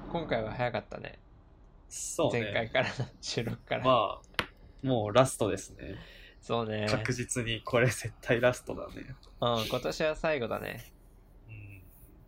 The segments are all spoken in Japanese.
今回は早かったね。 そう前回ね。 からの収録から。 まあ、もうラストですね。 そうね。 確実にこれ絶対ラストだね。 うん、今年は最後だね。 うん。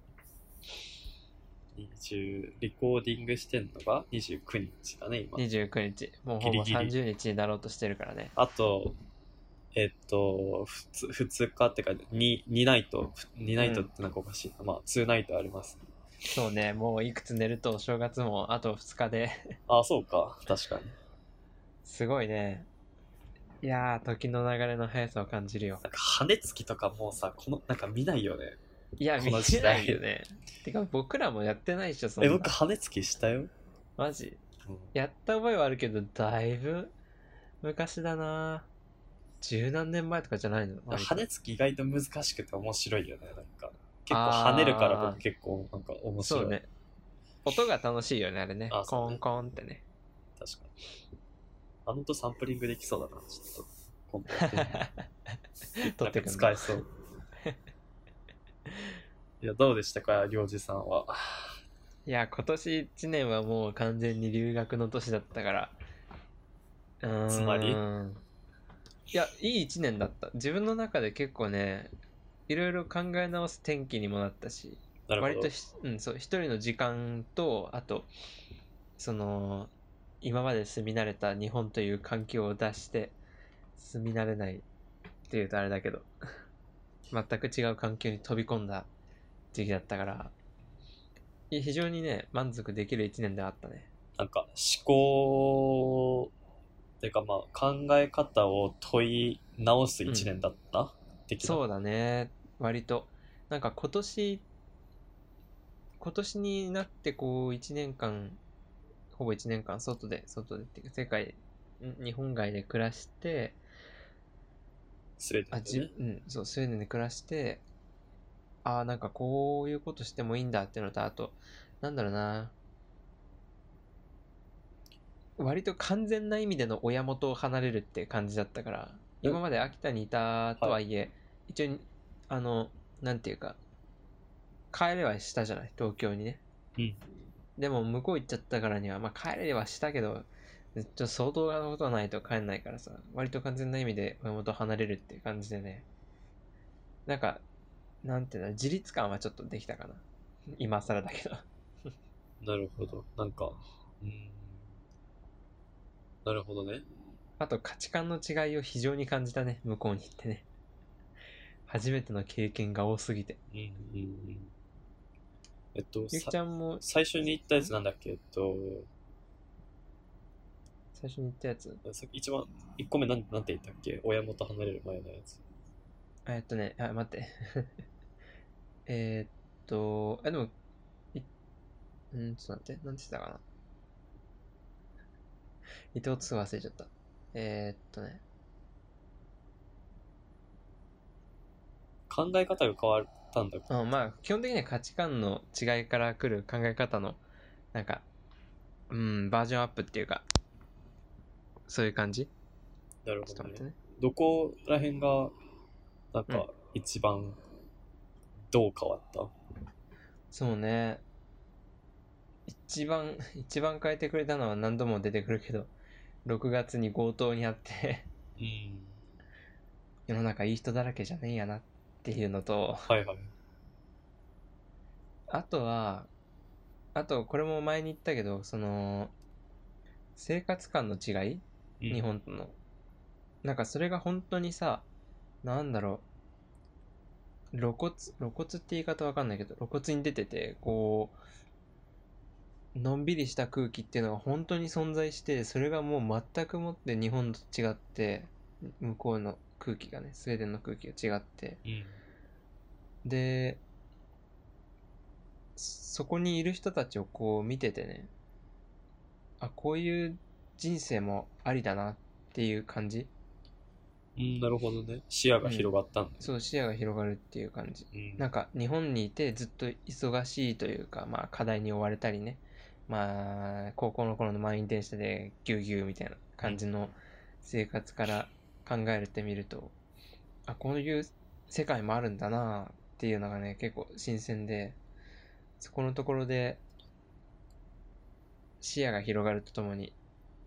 リコーディングしてんのが29日だね、今。 29日。もうほぼギリギリ。 30日になろうとしてるからね。 あと、2日ってか、2ナイト、2ナイトってなんかおかしいな。まあ、2ナイトあります。 そうね。もういくつ寝ると正月もあと2日であ、そうか。確かに。 すごいね。いやー、時の流れの速さを感じるよ。 なんか、羽根つきとかもうさ、なんか見ないよね。 いや、見このてないよ時代。 ね。てか、僕らもやってないっしょ、そ僕、 んな。 羽根つきしたよ。 マジ。 うん。 やった覚えはあるけど、だいぶ昔だな。十何年前とかじゃないの割と。 羽根つき意外と難しくて面白いよね。なんか、結構跳ねるから僕あー、 結構なんか面白い。 そうね。音が楽しいよね、あれね。 あ、そうね。 コンコンってね。 確かに。あのとサンプリングできそうだな。ちょっと、今度やってみる。なんか撮ってくんの。 使えそう。いや、どうでしたか、りょうじさんは。 いや、今年1年はもう完全に留学の年だったから。うつまりーん。いや、いい1年だった。自分の中で結構ね、いろいろ考え直す転機にもなったし、 なるほど。 そう、一人の時間と、あと、その、今まで住み慣れた日本という環境を出して、住み慣れないっていうとあれだけど、全く違う環境に飛び込んだ時期だったから、非常にね、満足できる1年ではあったね。 なんか、思考、っていうかまあ、考え方を問い直すうん。 一年だった的な。 そうだね。割と。なんか今年になってこう1年間、ほぼ1年間外でっていうか世界、日本外で暮らして、 スウェーデンでね。 そう、スウェーデンで暮らして、なんかこういうことしてもいいんだっていうのと、あと、なんだろうな、割と完全な意味での親元を離れるって感じだったから、 え、 今まで秋田にいたとはい。 はいえ、一応、あの、なんていうか、帰れはしたじゃない、東京にね。 うん。 でも向こう行っちゃったからには、まあ帰れはしたけど、ちょっと相当なことはないと帰んないからさ、割と完全な意味で親元を離れるっていう感じでね、なんか、なんていうの、自立感はちょっとできたかな。今更だけど。 なるほど。なんか、うん。なるほどね。 あと価値観の違いを非常に感じたね、向こうに行ってね。初めての経験が多すぎて。 うんうんうん。 ゆきちゃんも、 最初に言ったやつなんだっけ最初に言ったやつ。 一番、一個目なんて言ったっけ、親元離れる前のやつ。 待って。えーっでも、ちょっと待って、なんて言ったかな。伊藤つ忘れちゃった。えーっとね、 考え方が変わったんだ。 まあ、基本的には価値観の違いから来る考え方の、なんか、バージョンアップっていうか、そういう感じ。ちなるほどね。 ょっと待ってね。 どこら辺が、なんか、 うん。 一番、どう変わった？ そうね。一番変えてくれたのは何度も出てくるけど、6月に強盗にあってうん。 世の中いい人だらけじゃねえやなっていうのと、 はいはい。 あとは、あとこれも前に言ったけど、その、生活感の違いうん。 日本との。なんかそれが本当にさ、なんだろ露骨って言い方わかんないけど、露骨に出てて、このんびりした空気っていうのが本当に存在して、それがもう全くもって日本と違って、向こうの空気がね、スウェーデンの空気が違って、 うん。 で、そこにいる人たちをこう見ててね、こういう人生もありだなっていう感じ。 うん、なるほどね。視野がうん。 広がったんだね。 そう視野が広がるっていう感じ。 うん。 なんか日本にいてずっと忙しいというか、まあ課題に追われたりね、まあ高校の頃の満員電車でギュウギュウみたいなうん。 感じの生活から考えてみると、こういう世界もあるんだなっていうのがね、結構新鮮で、そこのところで視野が広がるとともに、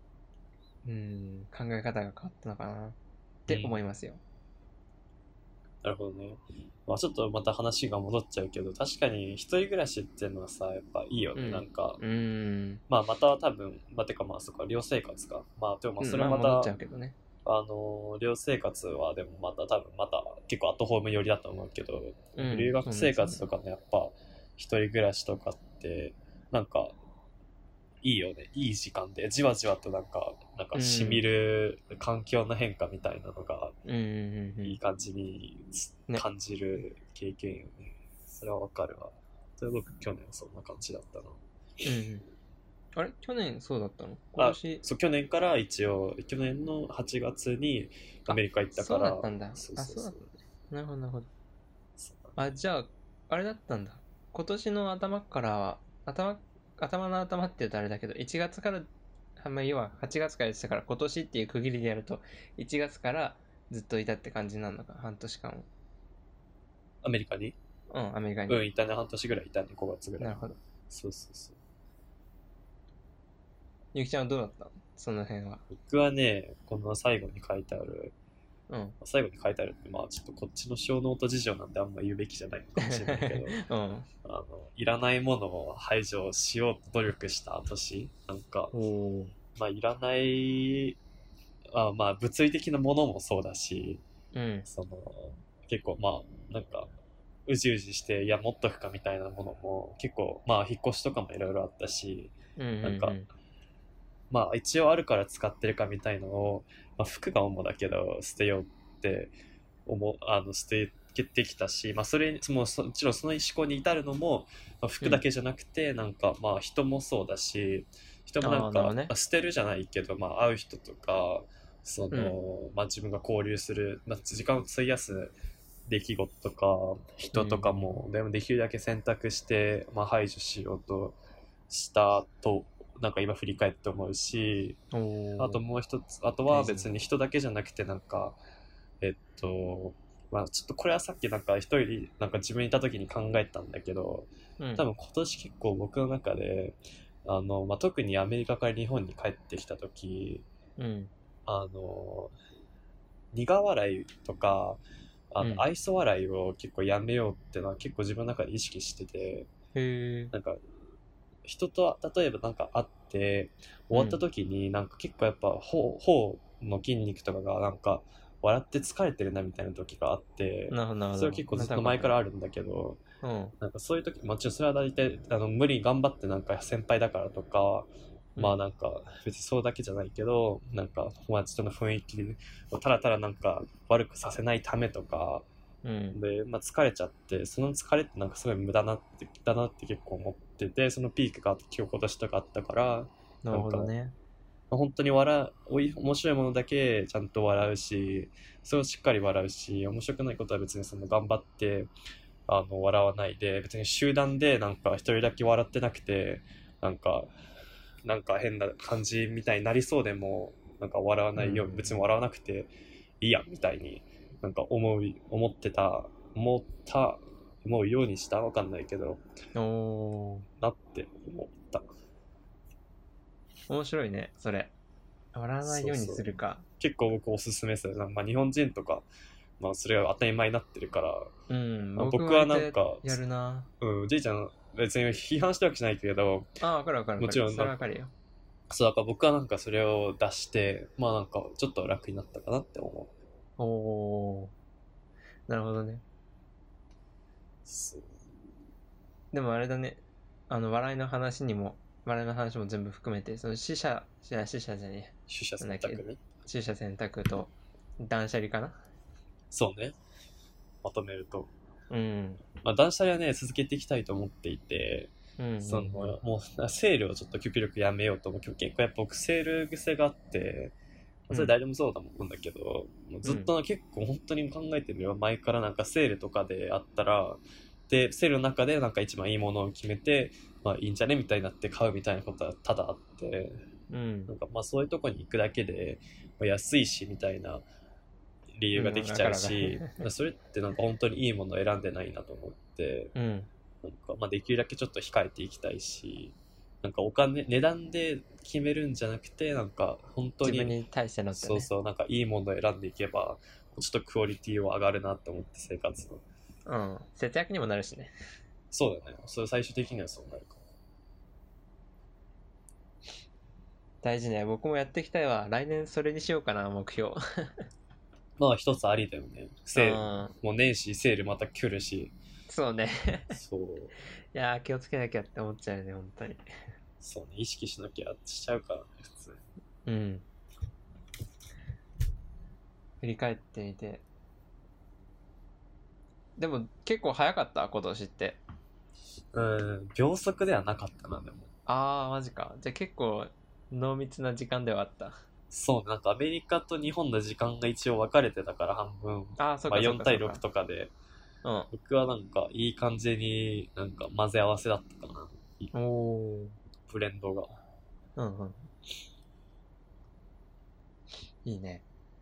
考え方が変わったのかなって思いますよ。 なるほどね。まあちょっとまた話が戻っちゃうけど、確かに一人暮らしっていうのはさ、やっぱいいよね。なんか、まあまた多分、まあてかまあそっか、寮生活か。まあでもまあそれまた、 戻っちゃうけどね。 寮生活はでもまた多分また結構アットホーム寄りだと思うけど、留学生活とかね、やっぱ一人暮らしとかってなんかいいよね。いい時間でじわじわとなんか染みる環境の変化みたいなのがいい感じに感じる経験よね。それはわかるわ。それは僕去年そんな感じだったな。 あれ去年そうだったの？ 今年そう、去年から一応去年の8月にアメリカ行ったから。 そうだったんだ。そうだったんだ。なるほどなるほど。あ、じゃああれだったんだ。今年の頭からは頭の頭って言うとあれだけど、1月から、まあ、要は8月から言ってたから、今年っていう区切りでやると、1月からずっといたって感じなのか、半年間を。 アメリカに？ アメリカに。 いたね、半年ぐらいいたね、5月ぐらい。 なるほど。 そうそうそう。 ゆきちゃんはどうだったの？その辺は。 僕はね、この最後に書いてある、最後に書いてあるって、まあちょっとこっちの小ノート事情なんてあんま言うべきじゃないのかもしれないけど、いらないものを排除しようと努力した年、なんか、まあいらない、まあ物理的なものもそうだし、その結構まあなんかうじうじしていや持っとくかみたいなものも結構まあ引っ越しとかもいろいろあったし、なんかまあ一応あるから使ってるかみたいのを、まあ、服が主だけど捨てようって捨ててきたし、まあそれもちろんその思考に至るのも、まあ、服だけじゃなくて、なんかまあ人もそうだし、人もなんか、捨てるじゃないけど、まあ会う人とかその、まあ自分が交流する、まあ、時間を費やす出来事とか人とかも、でもできるだけ選択して、まあ、排除しようとしたとなんか今振り返って思うし、あともう一つ、あとは別に人だけじゃなくてなんかまあちょっとこれはさっきなんか一人なんか自分いた時に考えたんだけど、多分今年結構僕の中でまあ、特にアメリカから日本に帰ってきた時、苦笑いとか愛想笑いを結構やめようってのは結構自分の中で意識してて、なんか人と例えばなんか会って終わった時になんか結構やっぱ頬の筋肉とかがなんか笑って疲れてるなみたいな時があって、それは結構ずっと前からあるんだけど、なんかそういう時もちろんそれは大体無理に頑張ってなんか先輩だからとか、まあなんか別にそうだけじゃないけど、なんか友達との雰囲気をただただなんか悪くさせないためとか、で、まあ、疲れちゃって、その疲れってなんかすごい無駄だなって結構思ってて、そのピークが今年とかあったから、 なるほどね。 本当に面白いものだけちゃんと笑うし、それをしっかり笑うし、面白くないことは別にその頑張って笑わないで、別に集団でなんか一人だけ笑ってなくて、なんか変な感じみたいになりそうでも、なんか笑わないように、別に笑わなくていいやみたいになんか思うようにした、わかんないけどなって思った。 面白いねそれ。笑わないようにするか。 結構僕おすすめする。まあ日本人とかまあそれは当たり前になってるから、まあ、僕はなんかやるな。 じいちゃん別に批判してるわけじゃないけど、 わかるもちろんそれわかるよ。 そうだから僕はなんかそれを出してまあなんかちょっと楽になったかなって思う。なるほどね。でもあれだね、笑いの話も全部含めて、その取捨選択と断捨離かな。 そうね、まとめると、まあ、断捨離はね続けていきたいと思っていて、もうセールをちょっと極力やめようと思う。結構やっぱ僕セール癖があって、それ誰でもそうだもんだけど、ずっと結構本当に考えてみれば前からなんかセールとかであったら、でセールの中でなんか一番いいものを決めて、まあいいんじゃねみたいになって買うみたいなことはただあって、なんかまあそういうとこに行くだけで、まあ、安いしみたいな理由ができちゃうし、それってなんか本当にいいものを選んでないなと思って、なんかまあできるだけちょっと控えていきたいし、 なんか値段で決めるんじゃなくて、なんか本当に自分に対してのってね。 そうそう、なんかいいものを選んでいけば、ちょっとクオリティは上がるなって思って、生活の。 うん。節約にもなるしね。 そうだね。それ最終的にはそうなるかも。 大事ね。僕もやっていきたいわ。来年それにしようかな、目標。 まあ一つありだよね。 うんもう年始セールまた来るし。 そうね。 そう。 いやー、気をつけなきゃって思っちゃうよね、本当に。 そうね。意識しなきゃしちゃうからね、普通。 うん。振り返ってみて。でも結構早かった、今年って。 秒速ではなかったな、でも。 あー、マジか。じゃあ結構濃密な時間ではあった。 そうね。なんかアメリカと日本の時間が一応分かれてたから半分。 あー、そっまあ4 かそっかそ対6 っか。 とかで。 うん。 僕はなんかいい感じになんか混ぜ合わせだったかな。 おー。 ブレンドが。 うんうん。いいね。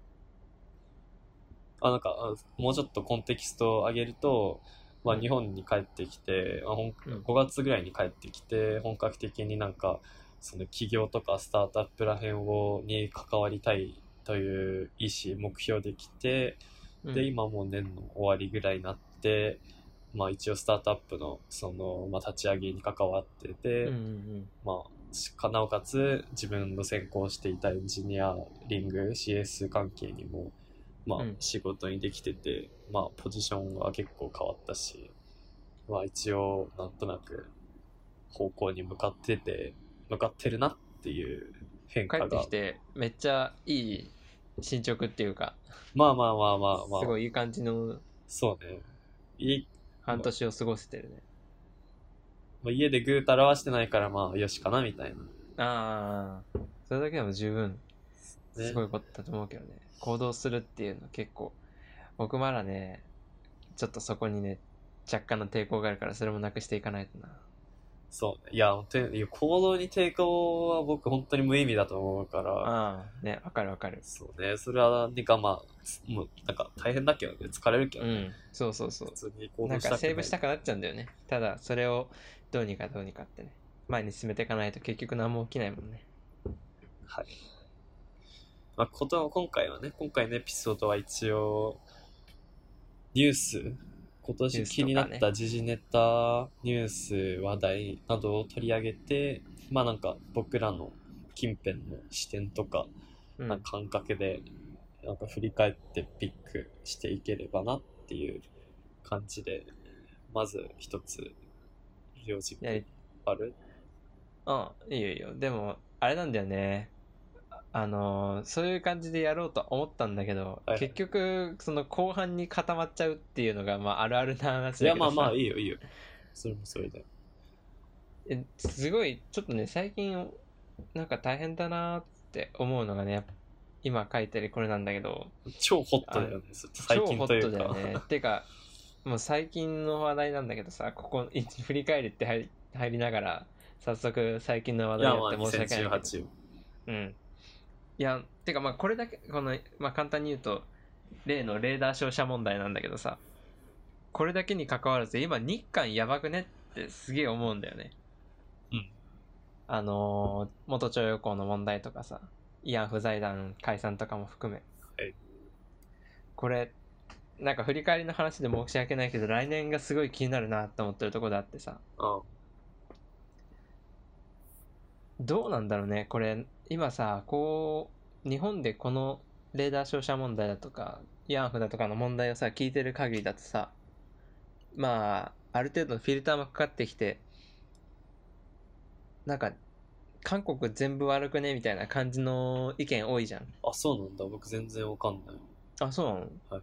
なんか、もうちょっとコンテキストを上げると、まあ日本に帰ってきて、5月ぐらいに帰ってきて、本格的になんか、その企業とかスタートアップら辺に関わりたいという意思、目標できて、で、今もう年の終わりぐらいになって、まあ一応スタートアップのまあ立ち上げに関わってて、まあ、なおかつ自分の専攻していたエンジニアリング、CS 関係にも、まあ仕事にできてて、まあポジションは結構変わったし、まあ一応なんとなく方向に向かってるなっていう変化が。 帰ってきてめっちゃいい進捗っていうか、 まあまあまあまあまあ。 すごいいい感じのそうね。 半年を過ごせてるね。 まあ、家でぐーたらはしてないからまあよしかなみたいな。 ああ、それだけでも十分すごいことだと思うけどね。行動するっていうの結構、僕まだね、ちょっとそこにね、若干の抵抗があるからそれもなくしていかないとな。 そうね。いや、行動に抵抗は僕本当に無意味だと思うから。 ああ、ね、わかるわかる。 そうね。それは、まあ、もう、なんか大変だけどね。疲れるけどね。 うん、そうそうそう。 普通に行なんか動したくない。 セーブしたくなっちゃうんだよね。ただ、それをどうにかってね。前に進めていかないと結局何も起きないもんね。 はい。まあ、今回のエピソードは一応、ニュース、今年気になった時事ネタ、ニュース、話題などを取り上げて、まあなんか僕らの近辺の視点とか、なんか感覚で、なんか振り返ってピックしていければなっていう感じで、まず一つ、両軸ある？ うん、いいよいいよ。でも、あれなんだよね。そういう感じでやろうと思ったんだけど、 はい、 結局、その後半に固まっちゃうっていうのが、まあ、あるあるな話だけどさ。 いや、まあまあ、いいよ、いいよ。それもそれで。 すごい、ちょっとね、最近、なんか大変だなって思うのがね、今書いてるこれなんだけど。 超ホットだよね、最近というか。 超ホットだよね。てか、もう最近の話題なんだけどさ、ここ、振り返りって入りながら、早速最近の話題やって申し訳ないけど。うん。いや、てかまあこれだけ、まあ簡単に言うと、例のレーダー照射問題なんだけどさ、これだけに関わらず、今日韓やばくねってすげえ思うんだよね。 うん。 元徴用工の問題とかさ、慰安婦財団解散とかも含め。 はい。 これ、なんか振り返りの話で申し訳ないけど、来年がすごい気になるなって思ってるところであってさ。どうなんだろうね、これ、今さ、日本でこのレーダー照射問題だとか、慰安婦だとかの問題をさ、聞いてる限りだとさ、まあ、ある程度のフィルターもかかってきて、なんか、韓国全部悪くねみたいな感じの意見多いじゃん。 あ、そうなんだ。僕全然わかんない。 あ、そうなの？はい。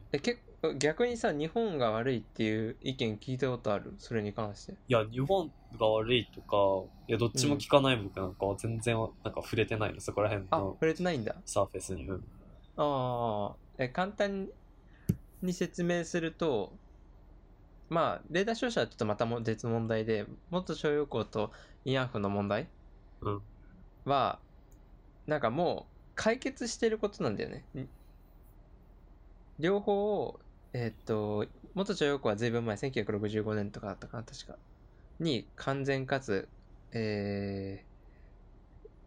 逆にさ、日本が悪いっていう意見聞いたことある？それに関して。 いや、日本が悪いとか、いや、どっちも聞かない僕なんかは全然なんか触れてないの、そこら辺の。 触れてないんだ。 サーフェスに。 簡単に説明すると、まあ、レーダー照射はちょっとまた別問題で、元徴用工と慰安婦の問題は、なんかもう解決してることなんだよね。両方を、元徴用工は随分前、1965年とかだったかな、確か。に完全かつ、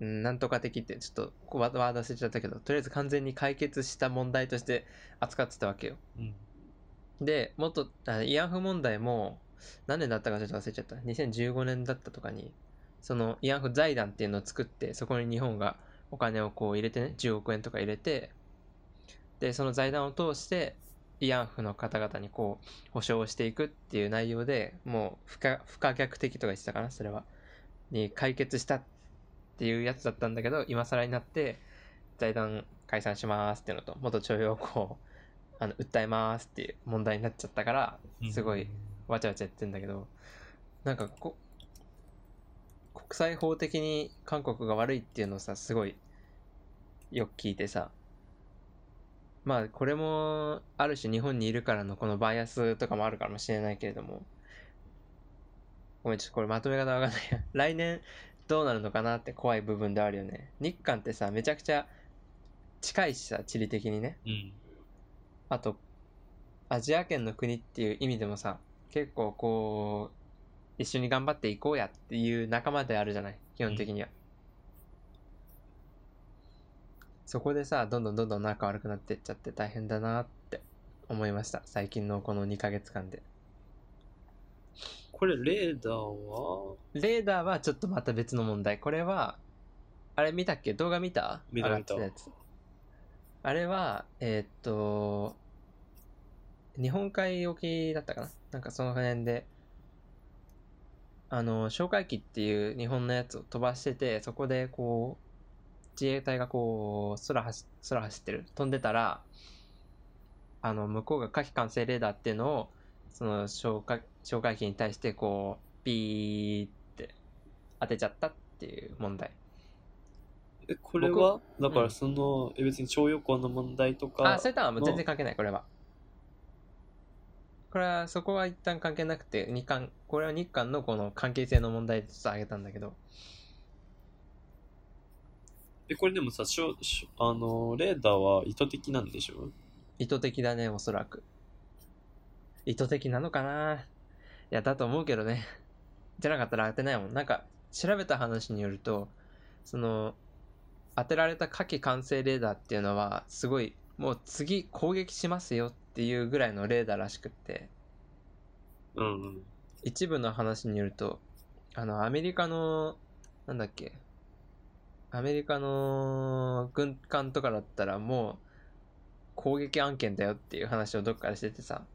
なんとか的ってちょっとワード忘れちゃったけど、とりあえず完全に解決した問題として扱ってたわけよ。で、もっと慰安婦問題も何年だったかちょっと忘れちゃった。2015年だったとかに、その慰安婦財団っていうのを作って、そこに日本がお金をこう入れてね、10億円とか入れて、で、その財団を通して慰安婦の方々にこう保証をしていくっていう内容で、もう不可逆的とか言ってたかな、それは。に解決したっていうやつだったんだけど、今更になって財団解散しますっていうのと、元徴用工訴えますっていう問題になっちゃったから、すごいわちゃわちゃ言ってんだけど、なんか国際法的に韓国が悪いっていうのをさ、すごいよく聞いてさ、まあこれもある種日本にいるからのこのバイアスとかもあるかもしれないけれども、ごめん、ちょっとこれまとめ方わかんないや。来年どうなるのかなって怖い部分であるよね。日韓ってさ、めちゃくちゃ近いしさ、地理的にね。あと、アジア圏の国っていう意味でもさ、結構こう、一緒に頑張っていこうやっていう仲間であるじゃない、基本的には。そこでさ、どんどん仲悪くなっていっちゃって大変だなって思いました。最近のこの2ヶ月間で。 これ、レーダーはちょっとまた別の問題。これは、あれ見たっけ？動画見た？ 見た。 あれは、日本海沖だったかな、なんかその辺で、哨戒機っていう日本のやつを飛ばしてて、そこでこう、自衛隊がこう、空走ってる。飛んでたら、向こうが火器管制レーダーっていうのを、その哨戒機に対してこう、ピーって当てちゃったっていう問題。 これはだからその、別に徴用工の問題とか、 それとはもう全然関係ない。これはそこは一旦関係なくて、これは日韓のこの関係性の問題でちょっと挙げたんだけど。 これでもさ、レーダーは意図的なんでしょ？ 意図的だね、おそらく。意図的なのかな。いや、だと思うけどね。じゃなかったら当てないもん。なんか、調べた話によると、その、当てられた火器管制レーダーっていうのは、すごい、もう次攻撃しますよっていうぐらいのレーダーらしくって、一部の話によると、アメリカの、なんだっけ、アメリカの軍艦とかだったらもう攻撃案件だよっていう話をどっかでしててさ、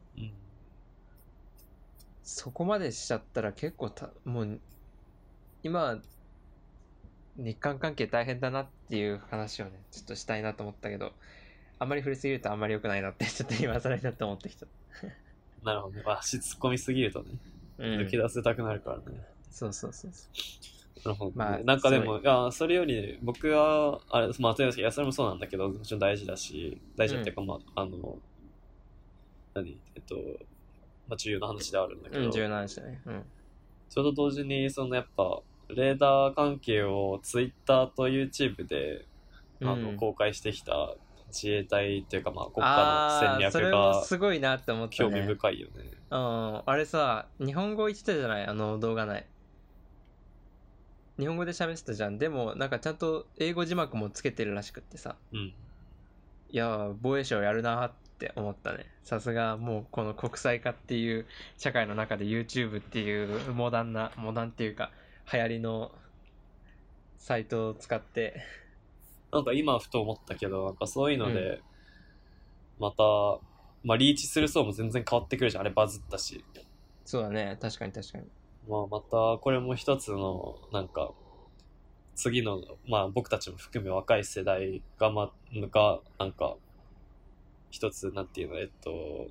そこまでしちゃったら結構もう今日韓関係大変だなっていう話をねちょっとしたいなと思ったけど、あんまり触れすぎるとあんまり良くないなってちょっと今更になって思ってきた。 なるほどね。足突っ込みすぎるとね、抜け出せたくなるからね。 そう。 なるほど、ね。まあ、なんかでも、それより僕は、あれ、まあ、とりあえず、それもそうなんだけど、もちろん大事だし、大事っていうか、まあ、重要な話ではあるんだけど、 重要な話だね。 それと同時に、やっぱ、レーダー関係を Twitter と YouTube で、公開してきた自衛隊っていうか、まあ、国家の戦略が、それもすごいなって思ったね。 興味深いよね。 あれさ、日本語言ってたじゃない、動画内。日本語で喋ってたじゃん。でもなんかちゃんと英語字幕もつけてるらしくってさ、いや防衛省やるなって思ったね。さすがもうこの国際化っていう社会の中で YouTube っていうモダンっていうか流行りのサイトを使って、 なんか今ふと思ったけど、なんかそういうのでまた、まあリーチする層も全然変わってくるじゃん。あれバズったし。 そうだね、確かに。 まあ、またこれも一つのなんか次の、まあ、僕たちも含め若い世代がなんか一つなんていうの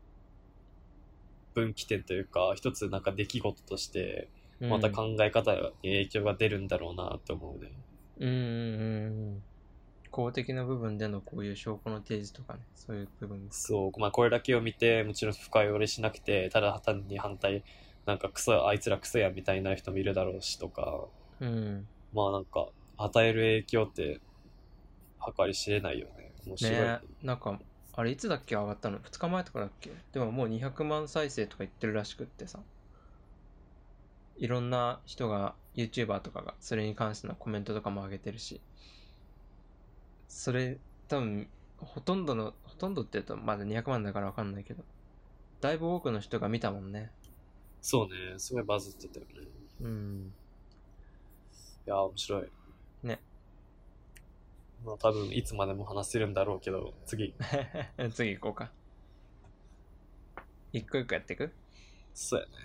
分岐点というか一つなんか出来事としてまた考え方に影響が出るんだろうなと思うね。公的な部分でのこういう証拠の提示とかね、そういう部分。 そう、まあこれだけを見てもちろん深読みしなくてただ単に反対なんかあいつらクソやみたいな人もいるだろうしとか、まあなんか与える影響って計り知れないよね。面白いね。 なんかあれいつだっけ上がったの？2日前とかだっけ？でももう200万再生とか言ってるらしくってさ。 いろんな人が YouTuber とかがそれに関してのコメントとかも上げてるし、それ多分ほとんどって言うとまだ200万だから分かんないけど、だいぶ多くの人が見たもんね。 そうね、すごいバズってたよね。 うん。 いや、面白い。 ね。 まあ多分いつまでも話せるんだろうけど、次。 次行こうか。一個一個やっていく？ そうやね。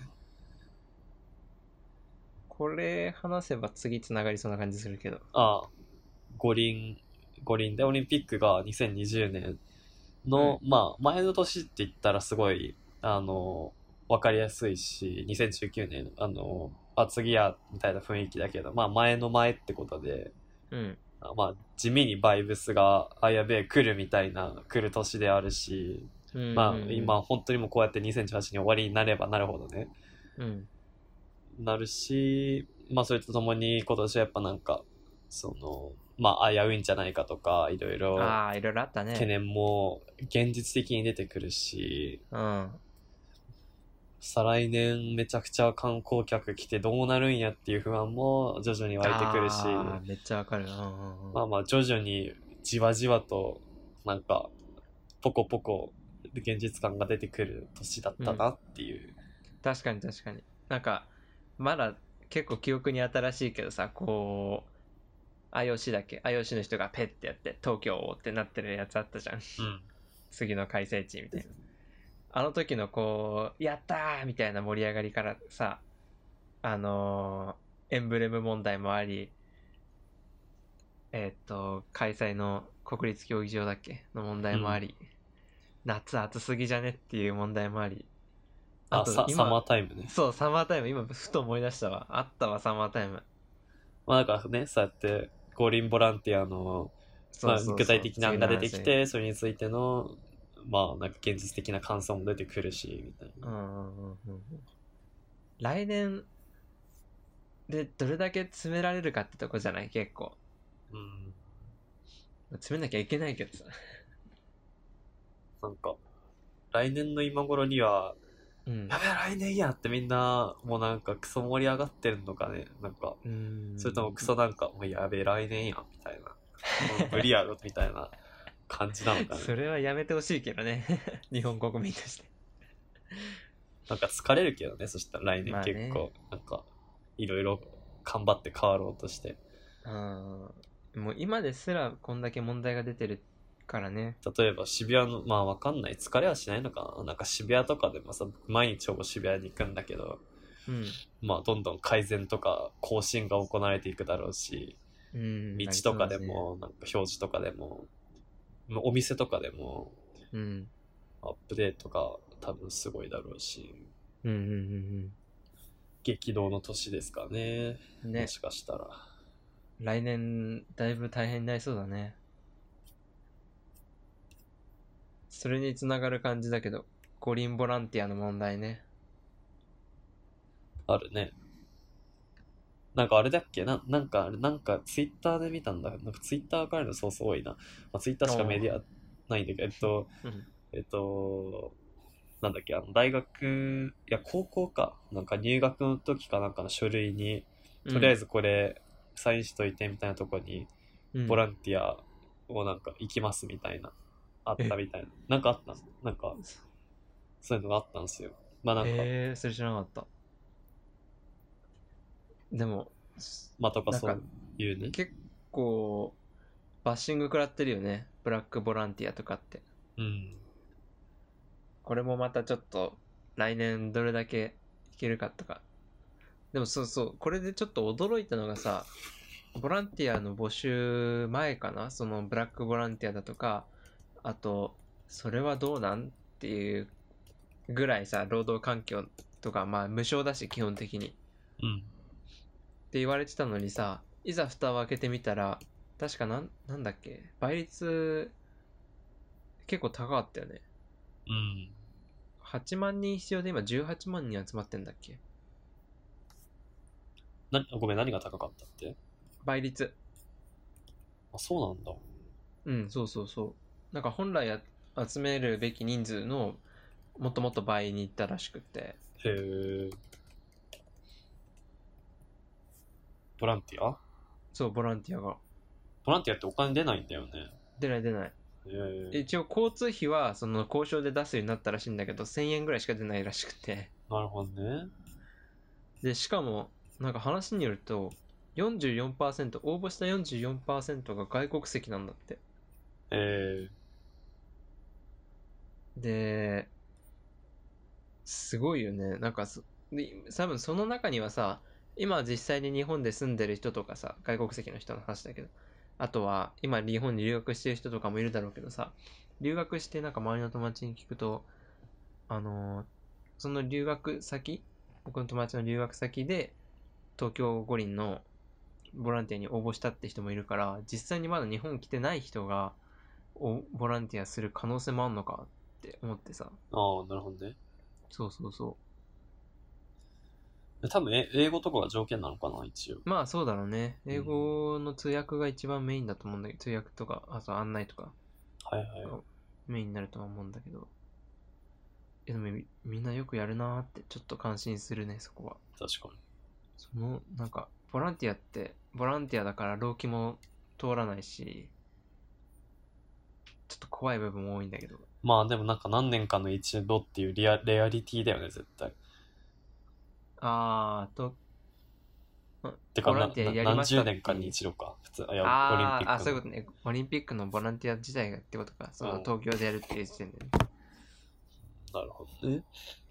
これ話せば次つながりそうな感じするけど。 ああ、五輪でオリンピックが2020年の、まあ前の年って言ったらすごい、わかりやすいし、2019年、次や、みたいな雰囲気だけど、まあ前の前ってことで、 うん。 まあ地味にバイブスが、やべえ、来るみたいな、来る年であるし、まあ今本当にもうこうやって2018年終わりになればなるほどね、 うん。 なるし、まあそれとともに今年はやっぱなんか、まあ危ういんじゃないかとか、いろいろあったね。 懸念も現実的に出てくるし、 うん。 再来年めちゃくちゃ観光客来てどうなるんやっていう不安も徐々に湧いてくるし、 めっちゃわかる。 まあまあ徐々にじわじわとなんかポコポコ現実感が出てくる年だったなっていう。 確かに確かに。なんか、まだ結構記憶に新しいけどさ、こう、IOC の人がペッてやって、東京ってなってるやつあったじゃん。次の開催地みたいな。あの時のこう、やったーみたいな盛り上がりからさ、エンブレム問題もあり、開催の国立競技場だっけの問題もあり、夏暑すぎじゃねっていう問題もあり、 あとサマータイムね。 そう、サマータイム。今、ふと思い出したわ。あったわ、サマータイム。 まあなんかね、そうやって五輪ボランティアの、まあ具体的な案が出てきて、それについての、まあなんか現実的な感想も出てくるし、みたいな。 来年でどれだけ詰められるかってとこじゃない結構。詰めなきゃいけないけどさ。 なんか、来年の今頃には、やべえ来年やってみんなもうなんかクソ盛り上がってるのかね、なんかそれともクソなんかもうやべえ来年やみたいなもう無理やろみたいな感じなのかね。 それはやめてほしいけどね日本国民としてなんか疲れるけどね、そしたら来年結構なんかいろいろ頑張って変わろうとして、 もう今ですらこんだけ問題が出てるからね。 例えば渋谷の、まあわかんない、疲れはしないのかな、なんか渋谷とかでもさ、毎日ほぼ渋谷に行くんだけど、まあどんどん改善とか更新が行われていくだろうし、道とかでも、なんか表示とかでも、お店とかでも、アップデートが多分すごいだろうし、激動の年ですかね、もしかしたら。 来年だいぶ大変になりそうだね。それにつながる感じだけど、五輪ボランティアの問題ね。 あるね。なんかあれだっけな、なんかツイッターで見たんだ。なんかツイッターからのソース多いな。まあ、ツイッターしかメディアないんだけど、なんだっけ、大学、いや、高校か。なんか入学の時かなんかの書類に、とりあえずこれ、サインしといてみたいなとこに、ボランティアをなんか行きますみたいな、あったみたいな。なんかあったなんか、そういうのがあったんですよ。まあなんか。 それ知らなかった。でも、 まあとかそういうね。 結構、バッシング食らってるよね。ブラックボランティアとかって。これもまたちょっと、来年どれだけいけるかとか。でもそうそう、これでちょっと驚いたのがさ、ボランティアの募集前かな、そのブラックボランティアだとか、あと、それはどうなんっていうぐらいさ、労働環境とか、まあ無償だし、基本的に。って言われてたのにさ、いざ蓋を開けてみたら、確かなんだっけ、倍率、結構高かったよね。8万人必要で今18万人集まってんだっけ。 ごめん、何が高かったって？ 倍率。 あ、そうなんだ。 うん、そうそうそう。なんか本来集めるべき人数のもっともっと倍にいったらしくて。 へえ。 ボランティア？ そう、ボランティアが。 ボランティアってお金出ないんだよね。 出ない出ない。一応交通費はその交渉で出すようになったらしいんだけど、1000円ぐらいしか出ないらしくて。 なるほどね。 で、しかも、なんか話によると、44%、応募した 44% が外国籍なんだって。で、すごいよね。なんか多分その中にはさ、今実際に日本で住んでる人とかさ、外国籍の人の話だけど、あとは今日本に留学してる人とかもいるだろうけどさ、留学してなんか周りの友達に聞くと、その留学先、僕の友達の留学先で東京五輪のボランティアに応募したって人もいるから、実際にまだ日本来てない人がボランティアする可能性もあんのかって思ってさ。 ああ、なるほどね。 そうそうそう。 多分英語とかが条件なのかな、一応。 まあそうだろうね。英語の通訳が一番メインだと思うんだけど、通訳とか、あと案内とか、 はいはい。 メインになるとは思うんだけど。でもみんなよくやるなーってちょっと感心するね、そこは。 確かに。 その、なんか、ボランティアって、ボランティアだから労基も通らないし、ちょっと怖い部分も多いんだけど。 まあでもなんか何年かの一度っていうレアリティだよね、絶対。てかボランティアやりましたって何十年かに一度か。普通、オリンピックの。 そういうことね。オリンピックのボランティア自体がってことか。その東京でやるっていう時点でね。 なるほどね。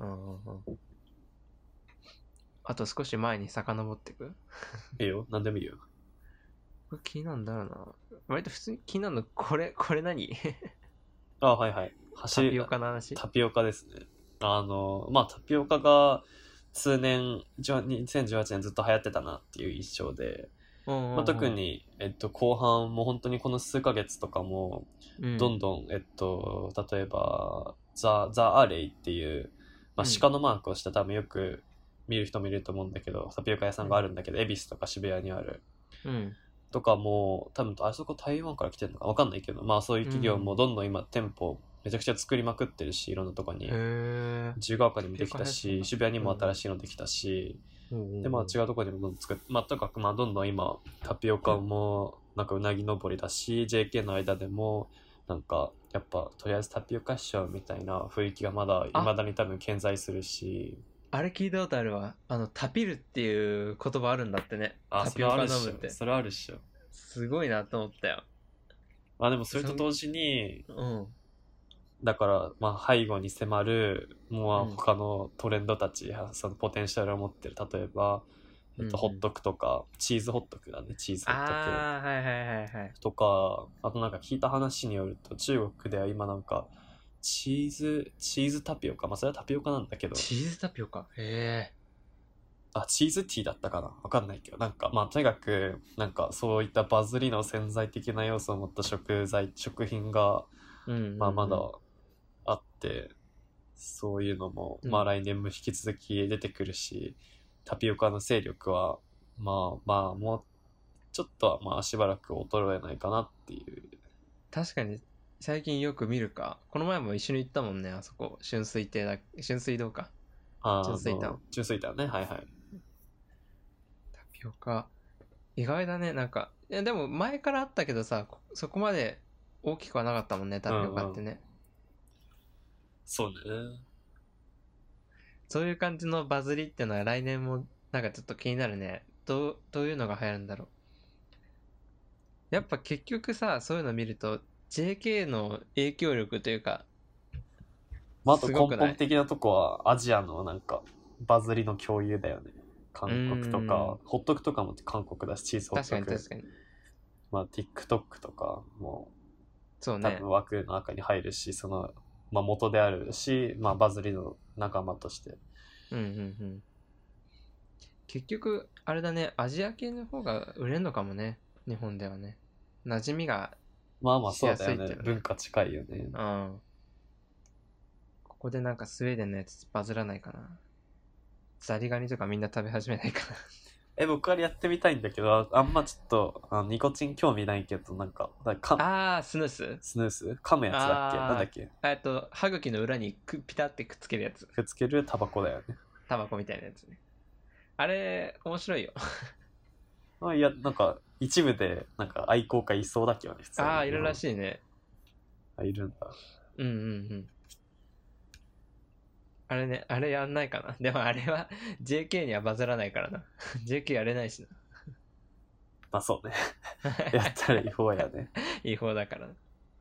あと少し前に遡ってく？ いいよ、何でもいいよ。 これ気になるんだろうな。割と普通に気になるの、これ何？ あ、はいはい。 タピオカの話？ タピオカですね。まあタピオカが通年、2018年ずっと流行ってたなっていう印象で、まあ、特に、後半も本当にこの数ヶ月とかも、どんどん、例えば、ザ・アーレイっていう、まあ、鹿のマークをした多分よく見る人もいると思うんだけど、タピオカ屋さんがあるんだけど、恵比寿とか渋谷にある。とかも、多分あそこ台湾から来てるのかわかんないけど、まあそういう企業もどんどん今店舗めちゃくちゃ作りまくってるし、いろんなとこに。自由が丘にもできたし、渋谷にも新しいのできたし、でまあ違うところにもどんどん作って、まあとにかくまあどんどん今タピオカもなんかうなぎ登りだし、JK の間でもなんかやっぱとりあえずタピオカしようみたいな雰囲気がまだ未だに多分健在するし。 あれ聞いたことあるわ。タピるっていう言葉あるんだってね。タピオカ飲むって。 それあるっしょ。 すごいなと思ったよ。 まあでもそれと同時に、だからまあ背後に迫るもう他のトレンドたち、そのポテンシャルを持ってる、例えば、ホットクとかチーズホットクだね、チーズホットク。 はいはいはいはい。 とか、あとなんか聞いた話によると中国では今なんかチーズタピオカ、まあそれはタピオカなんだけど。 チーズタピオカ、へえ。 チーズティーだったかな、わかんないけど、なんかまあとにかくなんかそういったバズりの潜在的な要素を持った食品が、まあまだあって、そういうのもまあ来年も引き続き出てくるし、タピオカの勢力はまあもうちょっとはまあしばらく衰えないかなっていう。 確かに最近よく見るか。この前も一緒に行ったもんね、あそこ。春水堂か。 純粋だね、はいはい。 タピオカ意外だね。なんかでも前からあったけどさ、そこまで大きくはなかったもんね、タピオカってね。 そうね。 そういう感じのバズりってのは来年もなんかちょっと気になるね。どういうのが流行るんだろう。やっぱ結局さ、そういうの見ると JK の影響力というか、 まあ、あと根本的なとこはアジアのなんかバズりの共有だよね。韓国とか、ホットクとかも韓国だし、チーズホットク。 確かに。 まあ TikTok とかも、 そうね。 多分枠の中に入るし、その、まあ元であるし、まあバズりの仲間として。 結局、あれだね、アジア系の方が売れるのかもね、日本ではね。馴染みがまあまあそうだよね。文化近いよね。 ここでなんかスウェーデンのやつバズらないかな。ザリガニとかみんな食べ始めないかな。僕はやってみたいんだけど、あんまちょっとニコチン興味ないけど、なんかスヌース噛むやつだっけ、なんだっけ。 歯茎の裏にピタってくっつけるやつ。 くっつけるタバコだよね。 タバコみたいなやつね。あれ面白いよいや、なんか、一部で、なんか愛好家いそうだけどね、普通に。 ああ、いるらしいね。 いるんだ。 うんうんうん。あれね、あれやんないかな。でもあれは JK にはバズらないからな。JK やれないしな。 まあそうね。やったら違法やね。 違法だからな。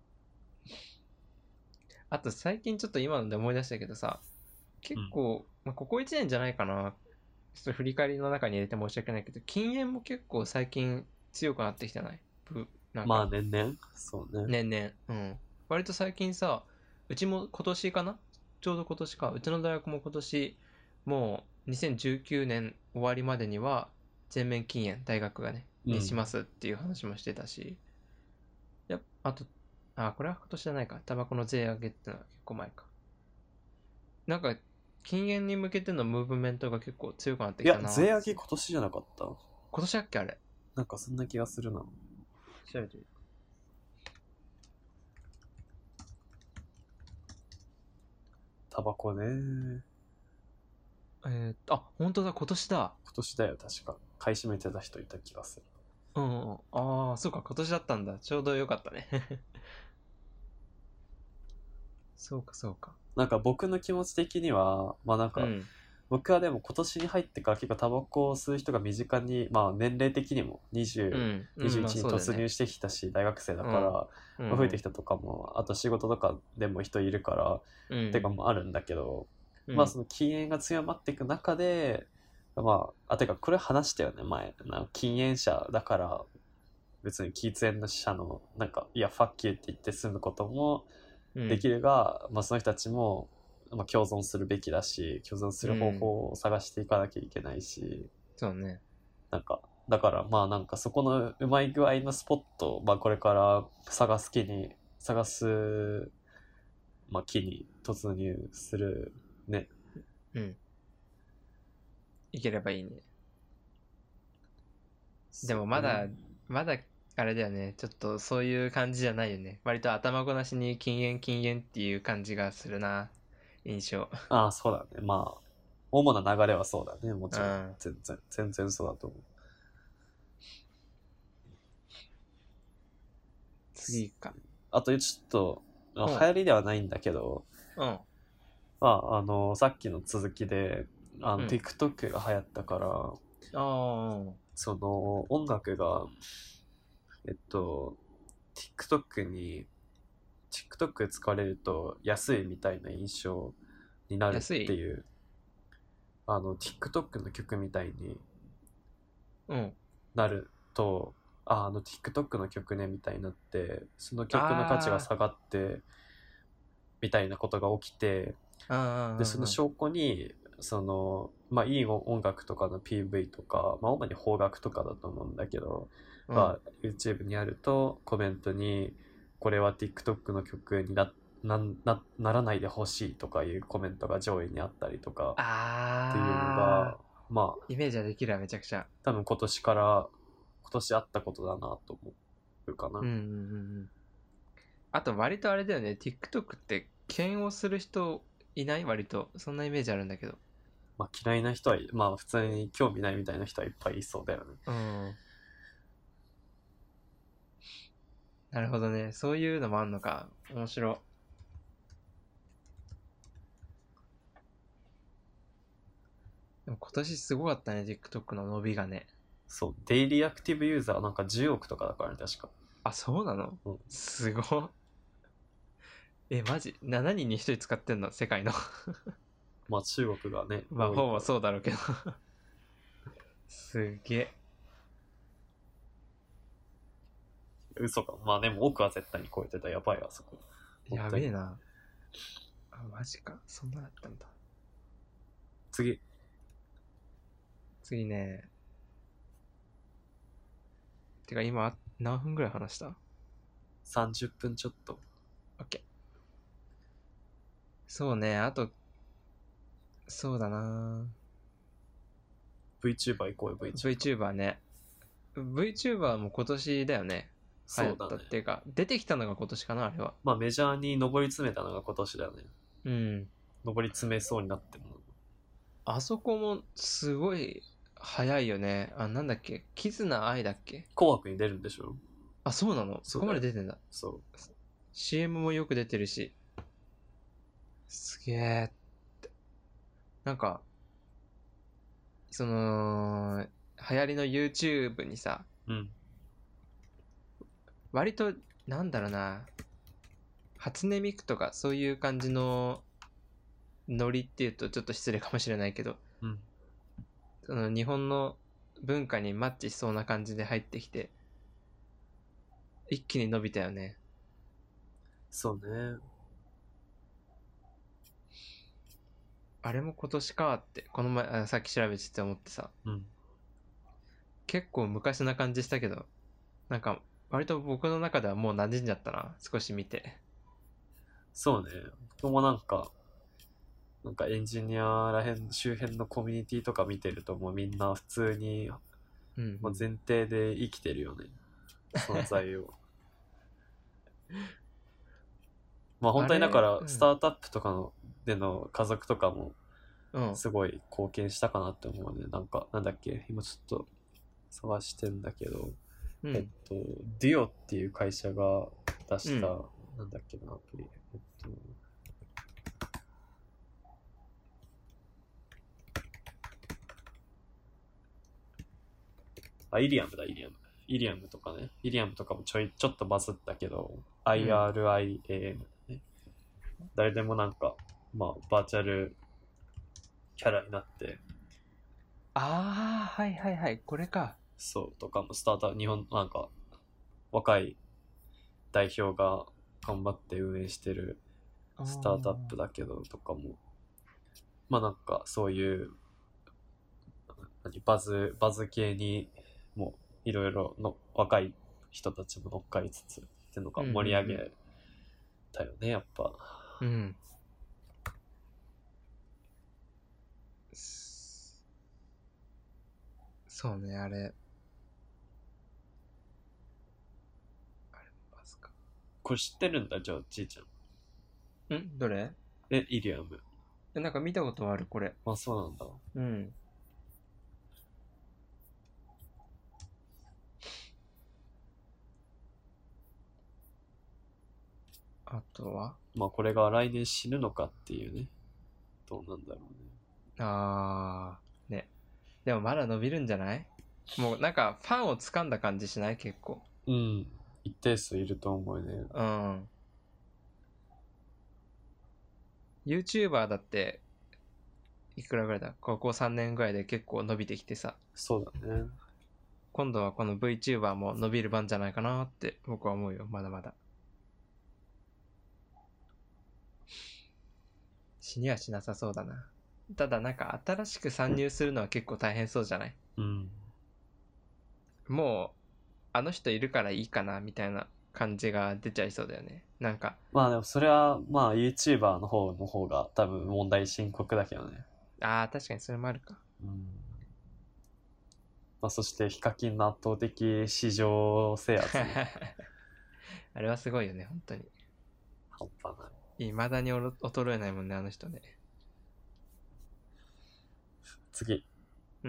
あと最近ちょっと今ので思い出したけどさ、結構、まあ、ここ1年じゃないかな。ちょっと振り返りの中に入れて申し訳ないけど、禁煙も結構最近強くなってきてない？なんまあか、 年々、そうね。 年々。うん。割と最近さ、うちも今年かな、ちょうど今年か。うちの大学も今年、もう2019年終わりまでには全面禁煙、大学がね、にしますっていう話もしてたし、あと、これは今年じゃないか。タバコの税上げってのは結構前か。なんか、禁煙に向けてのムーブメントが結構強くなっていや、 きたな。 税上げ今年じゃなかった。 今年だっけあれ。 なんかそんな気がするな。 調べてみる。 タバコね。 本当だ、今年だ。 今年だよ、確か。買い占めてた人いた気がする。 うん、うん。ああ、そうか、今年だったんだ。ちょうどよかったね。そうか、そうか。 なんか僕の気持ち的には、まあなんか、僕はでも今年に入ってから結構タバコを吸う人が身近に、まあ年齢的にも20、21に突入してきたし、大学生だから、増えてきたとかも、あと仕事とかでも人いるから、てかもあるんだけど、まあその禁煙が強まっていく中で、まあ、てかこれ話したよね、前。禁煙者だから、別に喫煙者の、なんか、いや、ファッキューって言って済むこともできるが、まあその人たちも、まあ、共存するべきだし、共存する方法を探していかなきゃいけないし、 そうね。 なんか、だからまあなんかそこのうまい具合のスポットを、まあこれから探す、まあ木に突入するね。 うん。いければいいね。でもまだ、あれだよね。ちょっとそういう感じじゃないよね。割と頭ごなしに禁煙っていう感じがするな。印象。 ああ、そうだね。まあ、主な流れはそうだね。もちろん。 うん。 全然そうだと思う。 次か。 あとちょっと、流行りではないんだけど、まあ、さっきの続きで、TikTok が流行ったから、その、音楽が、TikTok 使われると安いみたいな印象になるっていう、TikTok の曲みたいになると、TikTok の曲ねみたいになって、その曲の価値が下がって、みたいなことが起きて、で、その証拠に、まあ、いい音楽とかの PV とか、まあ、主に邦楽とかだと思うんだけど、YouTube にあると、コメントに、これは TikTok の曲にならないでほしいとかいうコメントが上位にあったりとか、っていうのが、まあ、 イメージはできるわ、めちゃくちゃ。 多分今年あったことだなと思うかな。 あと割とあれだよね、TikTok って嫌悪する人いない？割と。そんなイメージあるんだけど。 まあ嫌いな人は、まあ普通に興味ないみたいな人はいっぱいいそうだよね。 なるほどね。そういうのもあんのか。面白い。でも今年すごかったね、TikTok の伸びがね。 そう、デイリーアクティブユーザーなんか10億とかだからね、確か。 あ、そうなの？すごっ。マジ ?7 人に1人使ってんの？世界の。 まあ中国がね。 まあほぼそうだろうけど。すげえ。 嘘か。まあでも奥は絶対に超えてた。やばいわ、そこ。 やべえな。マジか。そんなだったんだ。 次ね。てか今、何分ぐらい話した？ 30分ちょっと。 OK。そうね、あと、そうだな VTuber 行こうよ、 VTuber ね。VTuber も今年だよね。流行ったっていうか、出てきたのが今年かな、あれは。 まあメジャーに上り詰めたのが今年だよね。上り詰めそうになってるの。 あそこもすごい、 早いよね。あ、なんだっけ、キズナアイだっけ。 紅白に出るんでしょ。 あ、そうなの。そこまで出てんだ。 そう。 CM もよく出てるし。すげえって。なんか、その、流行りの YouTube にさ、 うん。 割と、なんだろうな、初音ミクとかそういう感じのノリっていうとちょっと失礼かもしれないけど、 うん。 その日本の文化にマッチしそうな感じで入ってきて、一気に伸びたよね。 そうね。 あれも今年かって、この前、さっき調べてて思ってさ、 うん。 結構昔な感じしたけど、なんか、割と僕の中ではもう馴染んじゃったな、少し見て。 そうね。僕もなんかエンジニアらへん、周辺のコミュニティとか見てるともうみんな普通に、 うん、うん、 もう前提で生きてるよね。存在を。まあ本当にだからスタートアップとかのでの家族とかもすごい貢献したかなって思うね。なんか、なんだっけ、今ちょっと探してんだけど、 うん、 デュオっていう会社が出した、 うん、 なんだっけな、アプリ。イリアムだ、イリアム。イリアムとかね。イリアムとかもちょっとバズったけど、IRIAM、ね。誰でもなんか、まあ、バーチャルキャラになって。 ああ、はいはいはい、これか。 そう、とかもスタート、日本、なんか、若い代表が頑張って運営してるスタートアップだけど、とかも、まあなんか、そういう、バズ系にもいろいろの若い人たちも乗っかりつつっていうのが盛り上げたよね、やっぱ。 うん。そうね、あれ。バズか。 これ知ってるんだ、じゃあ、ちいちゃん。 どれ？ イリアム。 なんか見たことある、これ。 あ、そうなんだ。 うん。あとはまあこれが来年死ぬのかっていうね。どうなんだろうね。ね。でもまだ伸びるんじゃない？もうなんかファンを掴んだ感じしない？結構。 うん。一定数いると思うね。 うん。YouTuber だって、いくらぐらいだ？高校3年ぐらいで結構伸びてきてさ。 そうだね。 今度はこの VTuber も伸びる番じゃないかなって僕は思うよ。まだまだ。死にはしなさそうだな。ただなんか新しく参入するのは結構大変そうじゃない？ うん。 もう、あの人いるからいいかなみたいな感じが出ちゃいそうだよね。なんか。 まあでもそれは、まあ YouTuber の方が多分問題深刻だけどね。 ああ、確かにそれもあるか。 うん。まあそしてヒカキンの圧倒的市場制圧。 あれはすごいよね、本当に。 半端ない。 未だに衰えないもんね、あの人ね。 次。 うん。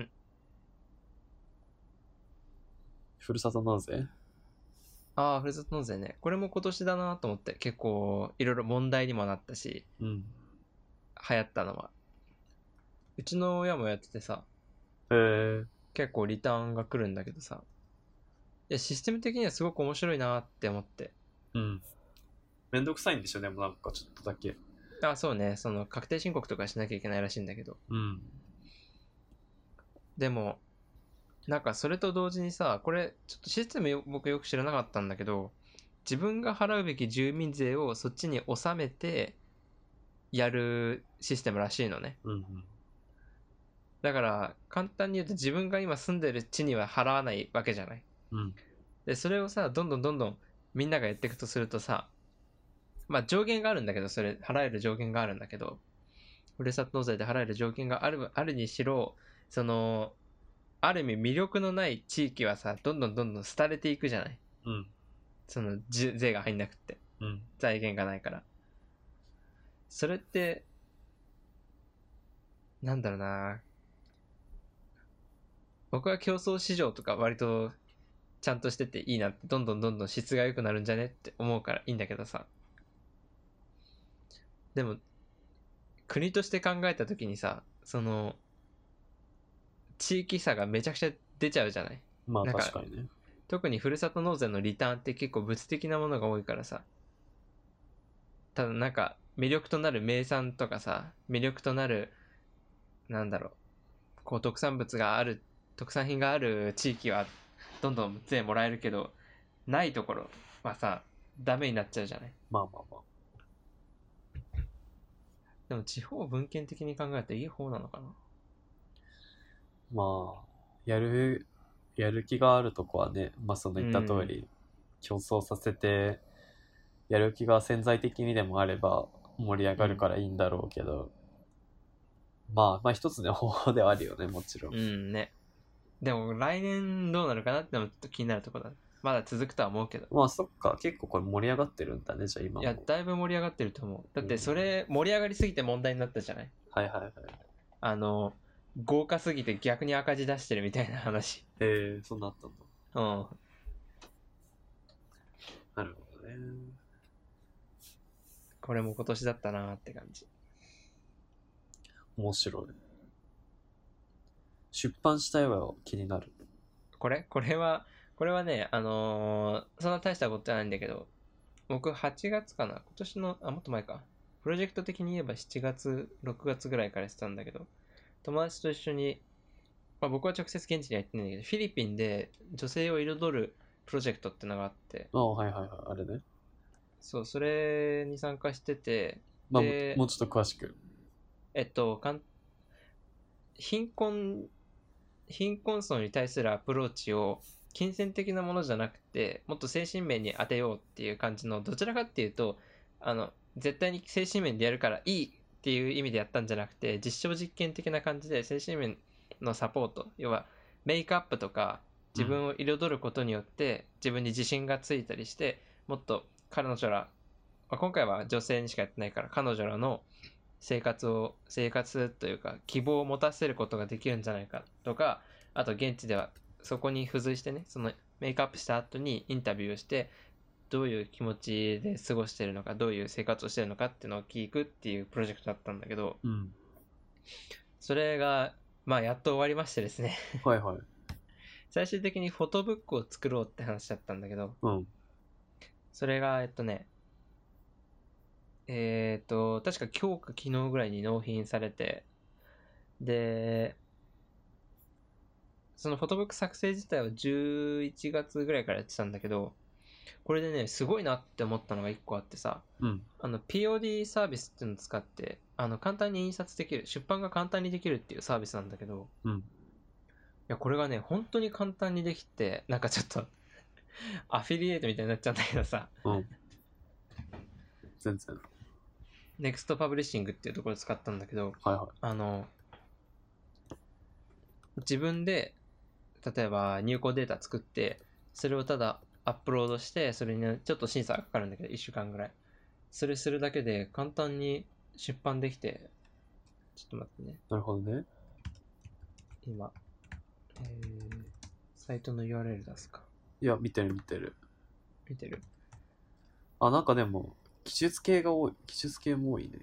ふるさと納税。 ああ、ふるさと納税ね。これも今年だなと思って、結構いろいろ問題にもなったし、 うん。 流行ったのは。うちの親もやっててさ、 へえ。 結構リターンが来るんだけどさ、いや、システム的にはすごく面白いなって思って。 うん。めんどくさいんでしょ、でもなんかちょっとだけ。 あ、そうね、その確定申告とかしなきゃいけないらしいんだけど。 うん。 でも、なんかそれと同時にさ、これ、ちょっとシステム僕よく知らなかったんだけど、自分が払うべき住民税をそっちに納めてやるシステムらしいのね。 うんうん。 だから、簡単に言うと自分が今住んでる地には払わないわけじゃない。 うん。 で、それをさ、どんどんどんどんみんながやっていくとするとさ、まあ上限があるんだけど、それ、払える上限があるんだけど、ふるさと納税で払える条件があるにしろ、その、ある意味魅力のない地域はさ、どんどんどんどん廃れていくじゃない。 うん。 その、税が入んなくって。 うん。 財源がないから。それって、なんだろうな。 僕は競争市場とか割とちゃんとしてていいなって、どんどん質が良くなるんじゃねって思うからいいんだけどさ。でも、国として考えた時にさ、その、地域差がめちゃくちゃ出ちゃうじゃない。 まあ確かにね。 特にふるさと納税のリターンって結構物的なものが多いからさ。ただなんか、魅力となる名産とかさ、魅力となる、なんだろう、こう特産物がある、特産品がある地域はどんどん税もらえるけど、ないところはさ、ダメになっちゃうじゃない。 まあまあまあ。 でも地方分権的に考えるといい方なのかな。 まあ、やる気があるとこはね、まあその言った通り、競争させて、やる気が潜在的にでもあれば盛り上がるからいいんだろうけど、まあ一つの方法ではあるよね、もちろん。 うんね。でも来年どうなるかなってのもちょっと気になるところだ。まだ続くとは思うけど。 まあそっか、結構これ盛り上がってるんだね、じゃあ今も。 いや、だいぶ盛り上がってると思う。だってそれ盛り上がりすぎて問題になったじゃない。 はいはいはい。 豪華すぎて逆に赤字出してるみたいな話。 そんなあったんだ。 うん。 なるほどね。 これも今年だったなーって感じ。 面白い。出版したいわ、気になる。 これはね、そんな大したことじゃないんだけど、僕8月かな、今年の、もっと前か。プロジェクト的に言えば7月、6月ぐらいからしてたんだけど、友達と一緒に、まあ、僕は直接現地には行ってないんだけど、フィリピンで女性を彩るプロジェクトってのがあって、 はいはいはい、あれね。 そう、それに参加してて、 まあ、 で、 もうちょっと詳しく。 貧困層に対するアプローチを金銭的なものじゃなくて、もっと精神面に当てようっていう感じの、どちらかっていうと、絶対に精神面でやるからいいっていう意味でやったんじゃなくて、実証実験的な感じで精神面のサポート、要はメイクアップとか自分を彩ることによって自分に自信がついたりして、もっと彼女ら、今回は女性にしかやってないから、彼女らの生活というか希望を持たせることができるんじゃないかとか、あと現地ではそこに付随してね、そのメイクアップした後にインタビューをして、どういう気持ちで過ごしてるのか、どういう生活をしてるのかっていうのを聞くっていうプロジェクトだったんだけど、それがまあやっと終わりましてですねはいはい。 最終的にフォトブックを作ろうって話だったんだけど、それが確か今日か昨日ぐらいに納品されて、で、そのフォトブック作成自体は11月ぐらいからやってたんだけど、これでね、すごいなって思ったのが1個あってさ、POD サービスっていうのを使って、簡単に印刷できる、出版が簡単にできるっていうサービスなんだけど、いや、これがね、本当に簡単にできて、なんかちょっとアフィリエイトみたいになっちゃうんだけどさ、 全然。 ネクストパブリッシングっていうところを使ったんだけど、自分で例えば入稿データ作って、それをただアップロードして、それにちょっと審査がかかるんだけど、1週間ぐらい。それするだけで簡単に出版できて、ちょっと待ってね。 なるほどね。 今、サイトの URL 出すか。 いや、見てる。 見てる。 なんかでも、技術系も多いね。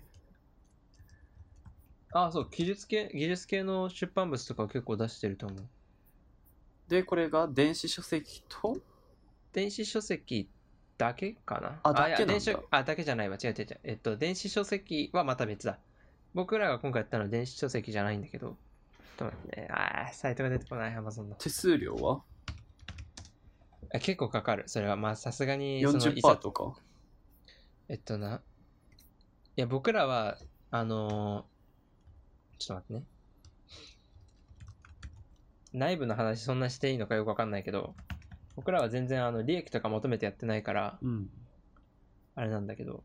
そう、技術系の出版物とかを結構出してると思う。 で、これが電子書籍と電子書籍だけかな。 だけなんだ。 だけじゃないわ。違う。電子書籍はまた別だ。僕らが今回やったのは電子書籍じゃないんだけど。ちょっと待ってね。サイトが出てこない、Amazon の。 手数料は結構かかる。それは、まあさすがに。 40% とか。 いや、僕らは、ちょっと待ってね。内部の話そんなしていいのかよくわかんないけど、僕らは全然利益とか求めてやってないから、あれなんだけど、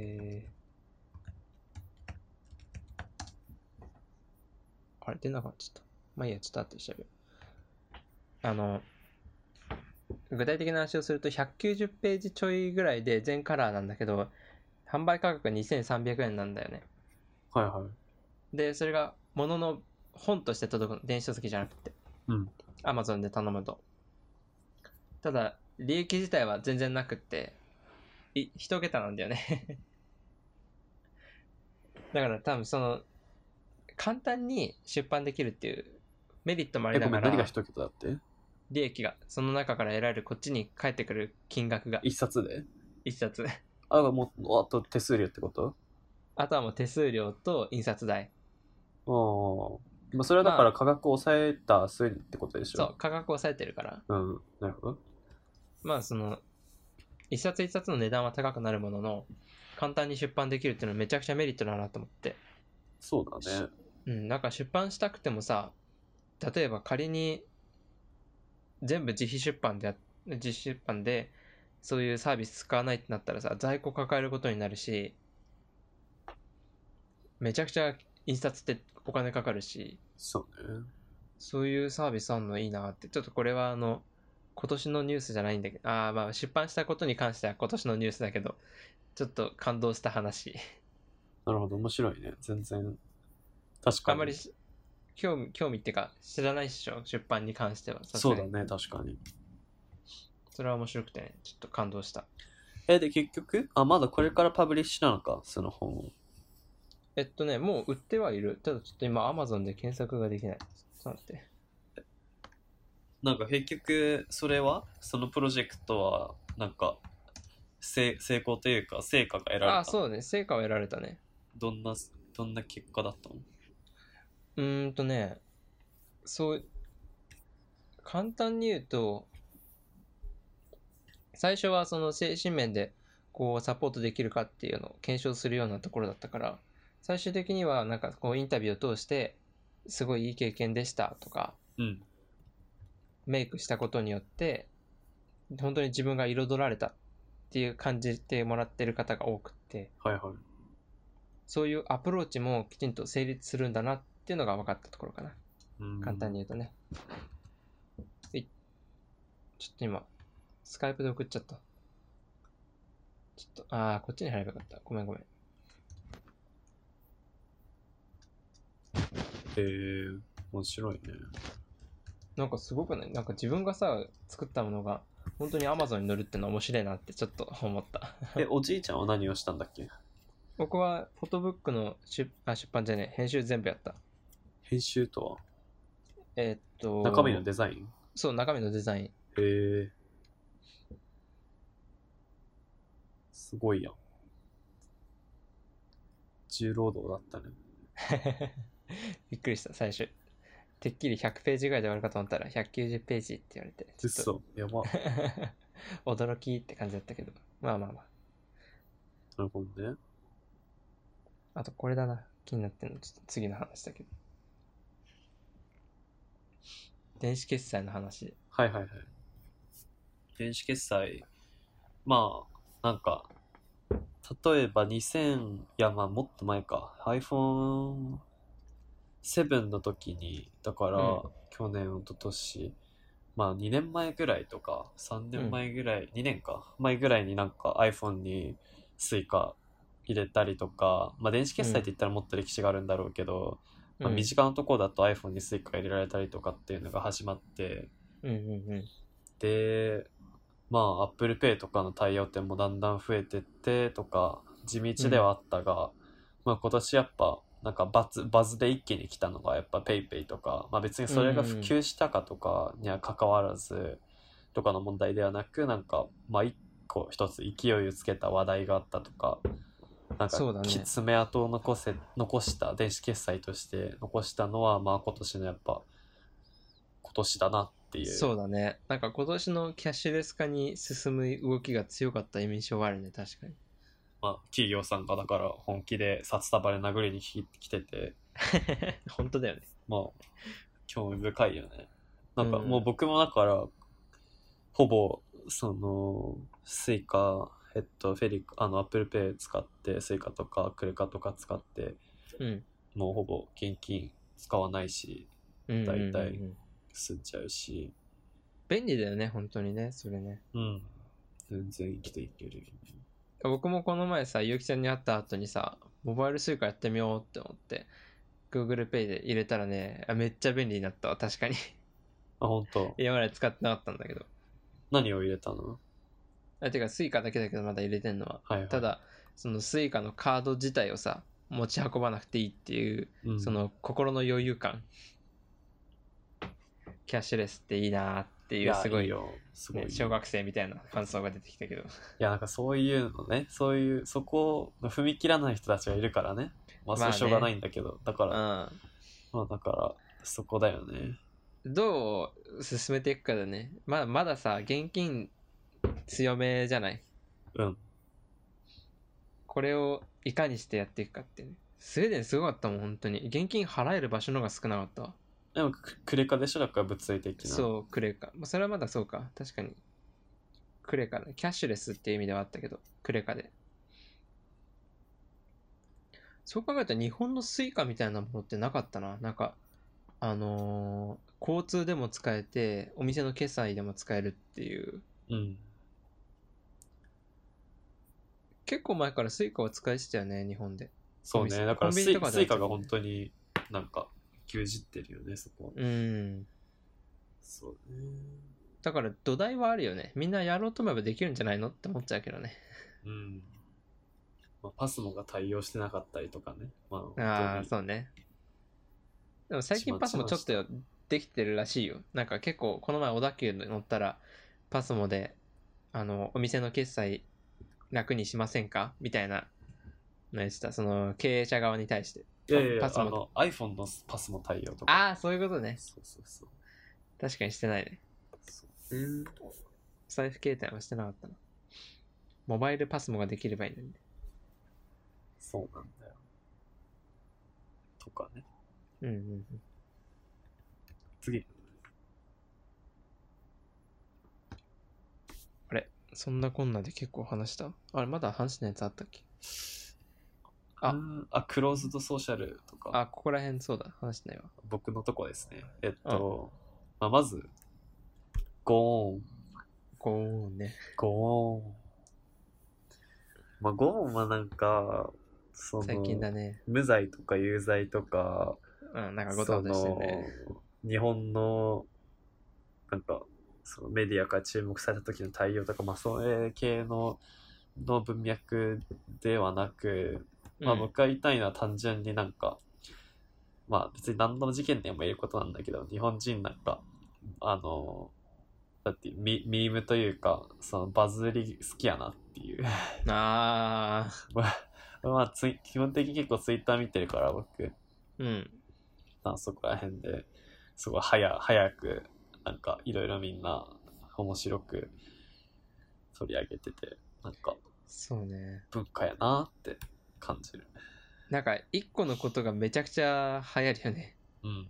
あれ出なかった。まあいいや、ちょっと後で調べる。具体的な話をすると190ページちょいぐらいで全カラーなんだけど、販売価格が2300円なんだよね。で、それが物の本として届くの、電子書籍じゃなくて。 Amazon で頼むと。ただ、利益自体は全然なくって、一桁なんだよねだから多分簡単に出版できるっていうメリットもありながら、 何が一桁だって？ 利益が、その中から得られるこっちに返ってくる金額が。 一冊で？ 一冊。 あと手数料ってこと？ あとはもう手数料と印刷代。 それはだから価格を抑えた末ってことでしょ？ そう、価格を抑えてるから。 なるほど。 一冊一冊の値段は高くなるものの、簡単に出版できるっていうのはめちゃくちゃメリットだなと思って。 そうだね。 なんか出版したくてもさ、例えば仮に全部自費出版でそういうサービス使わないってなったらさ、在庫抱えることになるし、めちゃくちゃ印刷ってお金かかるし、 そうね。 そういうサービスあんのいいなって。ちょっとこれは今年のニュースじゃないんだけど、出版したことに関しては今年のニュースだけど、ちょっと感動した話。 なるほど、面白いね。全然。確かに。 あんまり興味っていうか知らないっしょ、出版に関しては。 そうだね、確かに。 それは面白くてね、ちょっと感動した。 で、結局まだこれからパブリッシュなのか、その本を。 もう売ってはいる。ただちょっと今 Amazon で検索ができない。ちょっと待って。 なんか結局、そのプロジェクトは、なんか、成功というか、成果が得られた。 そうね、成果を得られたね。 どんな結果だったの？ 簡単に言うと、最初はその精神面でこうサポートできるかっていうのを検証するようなところだったから、最終的にはなんかこうインタビューを通してすごいいい経験でしたとか、メイクしたことによって本当に自分が彩られたっていう感じてもらってる方が多くて、そういうアプローチもきちんと成立するんだなっていうのが分かったところかな。簡単に言うとね。ちょっと今スカイプで送っちゃった。ちょっとこっちに入ればよかった。ごめん。 面白いね。 なんかすごくない？なんか自分がさ作ったものが本当に Amazon に載るってのは面白いなってちょっと思ったおじいちゃんは何をしたんだっけ？ 僕はフォトブックの出版じゃねえ、編集全部やった。 編集とは？中身のデザイン？ そう、中身のデザイン。 すごいやん。重労働だったねびっくりした、最初てっきり100ページぐらいで終わるかと思ったら190ページって言われて、 ちょっとやば驚きって感じだったけど、まあ。 なるほどね。 あとこれだな、気になってるの。ちょっと次の話だけど、電子決済の話。 電子決済、なんか例えばもっと前か、 iPhone7 の時に、だから、去年一昨年2年前ぐらいとか3年前ぐらい、2年か前ぐらいになんか iPhone にスイカ入れたりとか、電子決済って言ったらもっと歴史があるんだろうけど、身近なところだと iPhone にスイカ入れられたりとかっていうのが始まって、でApple Pay とかの対応ってもだんだん増えてってとか地道ではあったが、今年やっぱなんかバズで一気に来たのがやっぱ PayPay とか、別にそれが普及したかとかには関わらずとかの問題ではなく、なんか一つ勢いをつけた話題があったとか、なんか爪痕を残した電子決済として残したのは今年のやっぱ今年だなっていう。 そうだね。なんか今年のキャッシュレス化に進む動きが強かった印象があるね、確かに。 企業さんがだから本気で札束で殴りに来てて本当だよね。 興味深いよね。なんかもう僕もだからほぼそのスイカアップルペイ使ってスイカとかクレカとか使って、もうほぼ現金使わないし、だいたい済んじゃうし、 便利だよね、本当にね、それね。 全然生きていける。 僕もこの前さ、ゆうきちゃんに会った後にさ、モバイルスイカやってみようって思って Google Pay で入れたらね、めっちゃ便利になったわ、確かにあ、本当。 今まで使ってなかったんだけど。 何を入れたの？ てか、スイカだけだけどまだ入れてんのは。 はいはい。 ただ、そのスイカのカード自体をさ、持ち運ばなくていいっていう、その心の余裕感。キャッシュレスっていいなっていう、すごい、小学生みたいな感想が出てきたけど。いや、なんかそういうのね、そこを踏み切らない人たちがいるからね。まあ、そうしょうがないんだけど、だから、だから、そこだよね。 どう進めていくかだね。まださ、現金強めじゃない？ うん。 これをいかにしてやっていくかってね。スウェーデンすごかったもん、本当に。現金払える場所の方が少なかったわ。 でも、クレカでしょ？だから物理的な。 そう、クレカ。それはまだそうか。確かに。クレカね。キャッシュレスっていう意味ではあったけど、クレカで。そう考えたら日本のスイカみたいなものってなかったな。なんか、交通でも使えて、お店の決済でも使えるっていう。 うん。 結構前からスイカを使いしてたよね、日本で。 そうね。だからスイカが本当になんか牛耳ってるよね、そこ。そうね。 だから土台はあるよね。みんなやろうと思えばできるんじゃないのって思っちゃうけどね。 うん。まあ、パスモが対応してなかったりとかね。まああ、そうね。でも最近パスモちょっとできてるらしいよ。なんか結構、この前小田急乗ったら、パスモで、お店の決済楽にしませんかみたいなのやってた。その経営者側に対して。 いやいやいや、iPhone のパスモ対応とか。 ああ、そういうことね。 そうそうそう。 確かにしてないね。財布携帯はしてなかったな。モバイルパスモができればいいのに。 そうなんだよ。とかね。 うんうんうん。 次。 あれ、そんなこんなで結構話した？あれ、まだ話したやつあったっけ？ クローズドソーシャルとか。 ここら辺そうだ、話してないわ。 僕のとこですね。まず、ゴーン。 ゴーンね。 ゴーン。まあ、ゴーンはなんか、 最近だね。 無罪とか有罪とか、 なんかごたごたしてるね。 日本の、なんか、そのメディアから注目された時の対応とか、まあ、それ系の文脈ではなく、まあ、僕が言いたいのは単純になんか、まあ、別に何の事件でも言えることなんだけど、日本人なんか、だってミームというか、そのバズり好きやなっていう。まあ、基本的に結構ツイッター見てるから僕。そこら辺で、すごい早く、なんかいろいろみんな面白く取り上げてて、なんか、 そうね。 文化やなって感じる。 なんか一個のことがめちゃくちゃ流行るよね。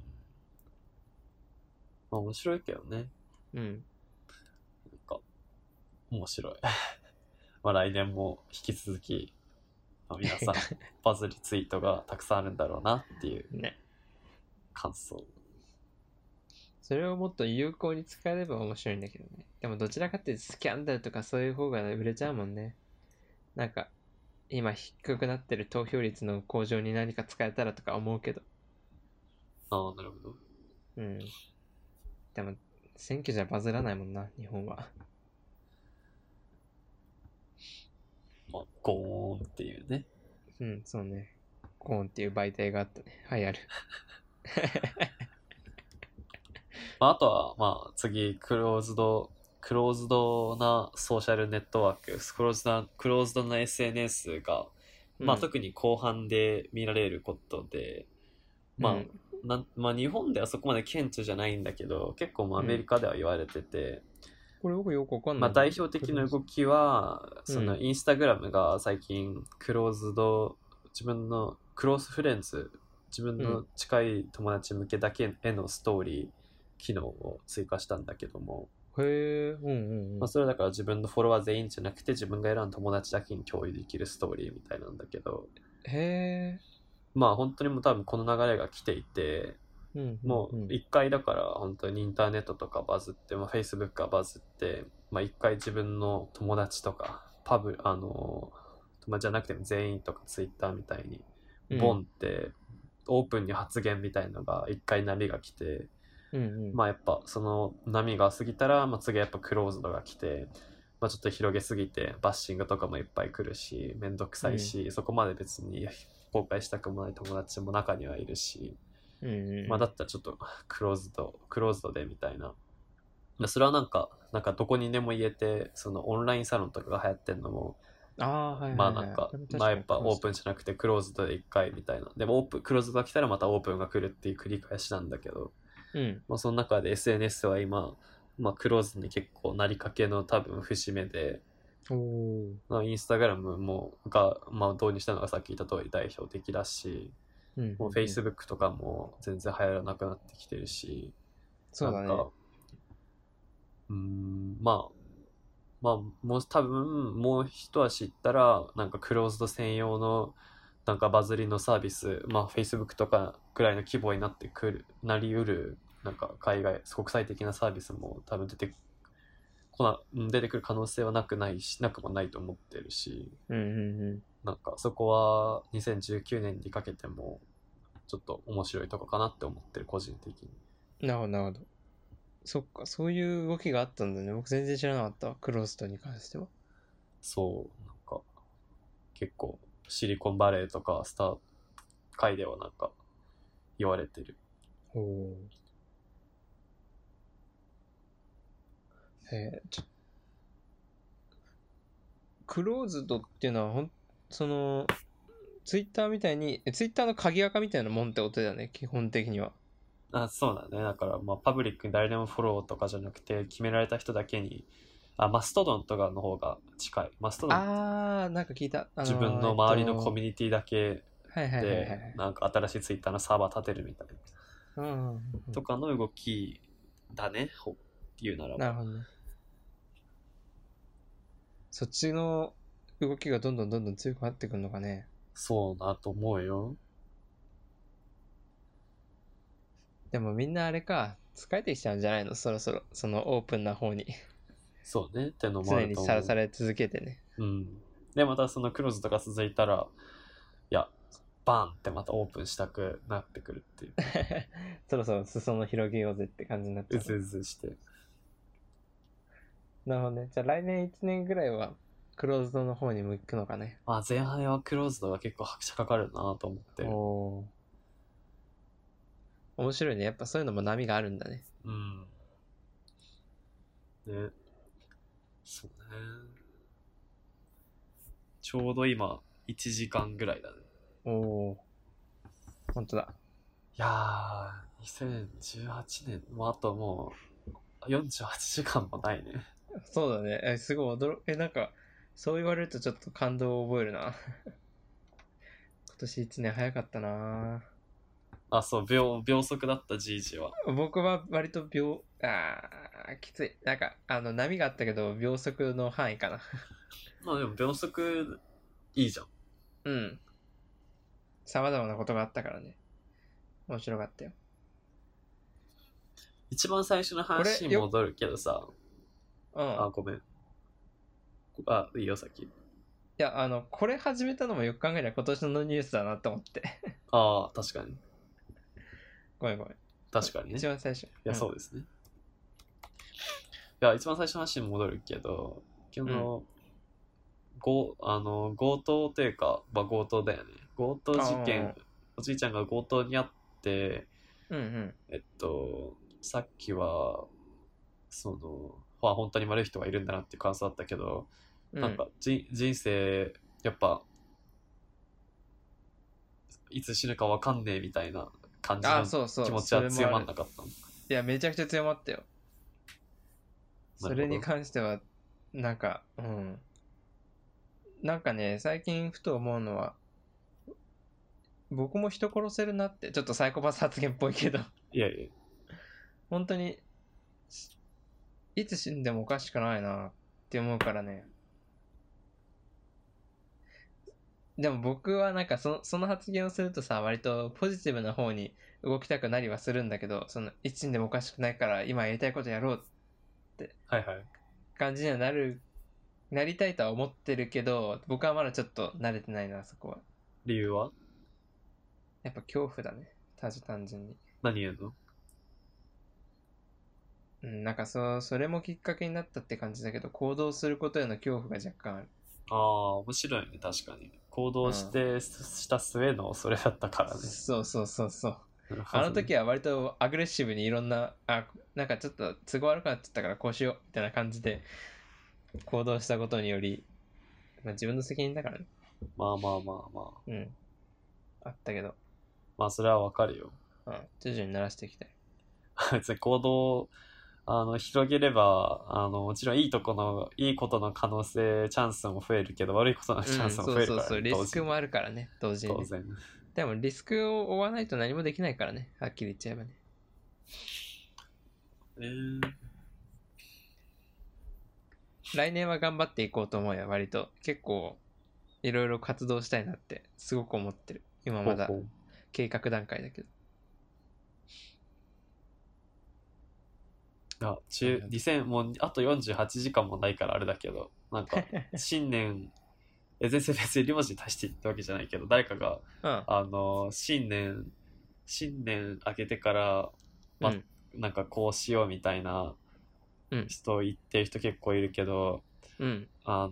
まあ面白いけどね。なんか、面白い。まあ来年も引き続き、皆さんバズりツイートがたくさんあるんだろうなっていう感想。 それをもっと有効に使えれば面白いんだけどね。でもどちらかっていうとスキャンダルとかそういう方が売れちゃうもんね。なんか今低くなってる投票率の向上に何か使えたらとか思うけど。 ああ、なるほど。 でも選挙じゃバズらないもんな、日本は。 まあ、ゴーンっていうね。 そうね。ゴーンっていう媒体があったね。流行る。 あとは、まあ、次、クローズドなソーシャルネットワーク、クローズドな SNS が、まあ、特に後半で見られることで、まあ、日本ではそこまで顕著じゃないんだけど、結構アメリカでは言われてて、 これ僕よくわかんない。 まあ、代表的な動きは、そのインスタグラムが最近、自分のクロースフレンズ、自分の近い友達向けだけへのストーリー機能を追加したんだけども、それはだから自分のフォロワー全員じゃなくて自分が選んだ友達だけに共有できるストーリーみたいなんだけど、まあ本当にもう多分この流れが来ていて、もう一回だから本当にインターネットとかバズって、まあ、Facebook がバズって、まあ一回自分の友達とか友達じゃなくても全員とか Twitter みたいにボンってオープンに発言みたいのが一回波が来て、 うんうん。 まあやっぱその波が過ぎたら、まあ、次はやっぱクローズドが来て、まあ、ちょっと広げすぎてバッシングとかもいっぱい来るし、めんどくさいし、そこまで別に公開したくもない友達も中にはいるし、 うんうん。 まあだったらちょっとクローズドでみたいな。それはなんかどこにでも言えて、そのオンラインサロンとかが流行ってんのも、 ああ、はいはいはい。 まあなんか、 でもまあやっぱ確かにクローズオープンじゃなくてクローズドで1回みたいな。でもクローズドが来たらまたオープンが来るっていう繰り返しなんだけど、 ド。うん。 まあその中で SNS は今、まあクローズドに結構なりかけの多分節目で、 おお。 まあインスタグラムもまあ導入したのがさっき言った通り代表的だし、 うんうんうん。 もう Facebook とかも全然流行らなくなってきてるし、 そうだね。 なんか、まあ、もう多分、もう一足行ったら、なんかクローズド専用の、なんかバズりのサービス、まあ Facebook とかくらいの規模になりうる、なんか国際的なサービスも多分出てくる可能性はなくもないと思ってるし、 うんうんうん。 なんかそこは2019年にかけても、ちょっと面白いとこかなって思ってる、個人的に。 なるほど、なるほど。そっか、そういう動きがあったんだね。僕全然知らなかったわ、クローストに関しては。 そう、なんか、結構、シリコンバレーとかスター界ではなんか、言われてる。 おお。クローズドっていうのはその、ツイッターみたいに、ツイッターの鍵垢みたいなもんってことだよね、基本的には。 そうだね。だから、まあ、パブリックに誰でもフォローとかじゃなくて、決められた人だけに、マストドンとかの方が近い。マストドンってなんか聞いた。 自分の周りのコミュニティだけはいはいはいはで、 い。 なんか新しいツイッターのサーバー立てるみたいな。 うんうんうん。 とかの動きだね、言うならば。 なるほどね。そっちの動きがどんどん強くなってくるのかね。 そうだと思うよ。 でもみんなあれか、疲れてきちゃうんじゃないの、そろそろ。そのオープンな方に。 そうね、ってのもあ常にると思う。 さらされ続けてね。 うん。で、またそのクローズとか続いたら、いや、バーンってまたオープンしたくなってくるっていう。 そろそろ裾野広げようぜって感じになっちゃう。 うずうずして。 なるほどね。じゃあ来年1年ぐらいはクローズドの方に向くのかね。 まあ前半はクローズドが結構拍車かかるなと思ってる。 おー。面白いね。やっぱそういうのも波があるんだね。 うん。ね。そうね。ちょうど今、1時間ぐらいだね。 おー。ほんとだ。 いやー、2018年、もうあともう、48時間もないね。 そうだね。すごいなんか、そう言われるとちょっと感動を覚えるな。今年1年早かったな。 そう、秒速だったじいじは。 僕は割ときつい。なんか、波があったけど、秒速の範囲かな。 まあでも秒速、いいじゃん。 うん。様々なことがあったからね。面白かったよ。 一番最初の話に戻るけどさ。 うん。 ごめん。いいよ、先。 いや、これ始めたのもよく考えれば今年のニュースだなと思って。 確かに。 ごめんごめん。 確かにね。 一番最初。 いや、そうですね。いや、一番最初の話に戻るけど、強盗というか、まあ強盗だよね。強盗事件、おじいちゃんが強盗にあって、 うんうん。 さっきは、本当に悪い人がいるんだなっていう感想だったけど、なんか人生、やっぱ、いつ死ぬかわかんねえみたいな感じの気持ちは強まんなかったの。 いや、めちゃくちゃ強まったよ。それに関しては、なんか、うん。なんかね、最近ふと思うのは、僕も人殺せるなって、ちょっとサイコパス発言っぽいけど。 いやいや。 本当に、いつ死んでもおかしくないなって思うからね。でも僕はなんかその発言をするとさ、割とポジティブな方に動きたくなりはするんだけど、いつ死んでもおかしくないから今やりたいことやろうって感じにはなりたいとは思ってるけど、僕はまだちょっと慣れてないな、そこは。 理由はやっぱ恐怖だね。単純に。 何言うの？ うん、なんかそれもきっかけになったって感じだけど、行動することへの恐怖が若干ある。 ああ、面白いね、確かに。行動しうん。 て、した末のそれだったからね。 そうそうそうそう。 なるほあのどね。 時は割とアグレッシブにいろんな、なんかちょっと都合悪くなっちゃったからこうしようみたいな感じで行動したことにより、まあ、自分の責任だからね。 まあまあまあまあ。 うん。あったけど、 まあそれはわかるよ。 うん、徐々に慣らしていきたい。 別に行動、広げれば、もちろんいいことの可能性、チャンスも増えるけど、悪いことのチャンスもそうそうそう、 増えるからね、 リ同時に。 スクもあるからね、同時にね。 当然。 でもリスクを負わないと何もできないからね、はっきり言っちゃえばね。来年は頑張っていこうと思うよ、割と。結構、いろいろ活動したいなって、すごく思ってる。今まだほうほう。 計画段階だけど。 2000、もうあと48時間もないからあれだけど、なんか、新年、全然別に両字足していったわけじゃないけど、誰かが、 うん。 新年明けてから、ま、 うん。 なんかこうしようみたいなうん。 人言ってる人結構いるけど、 うん。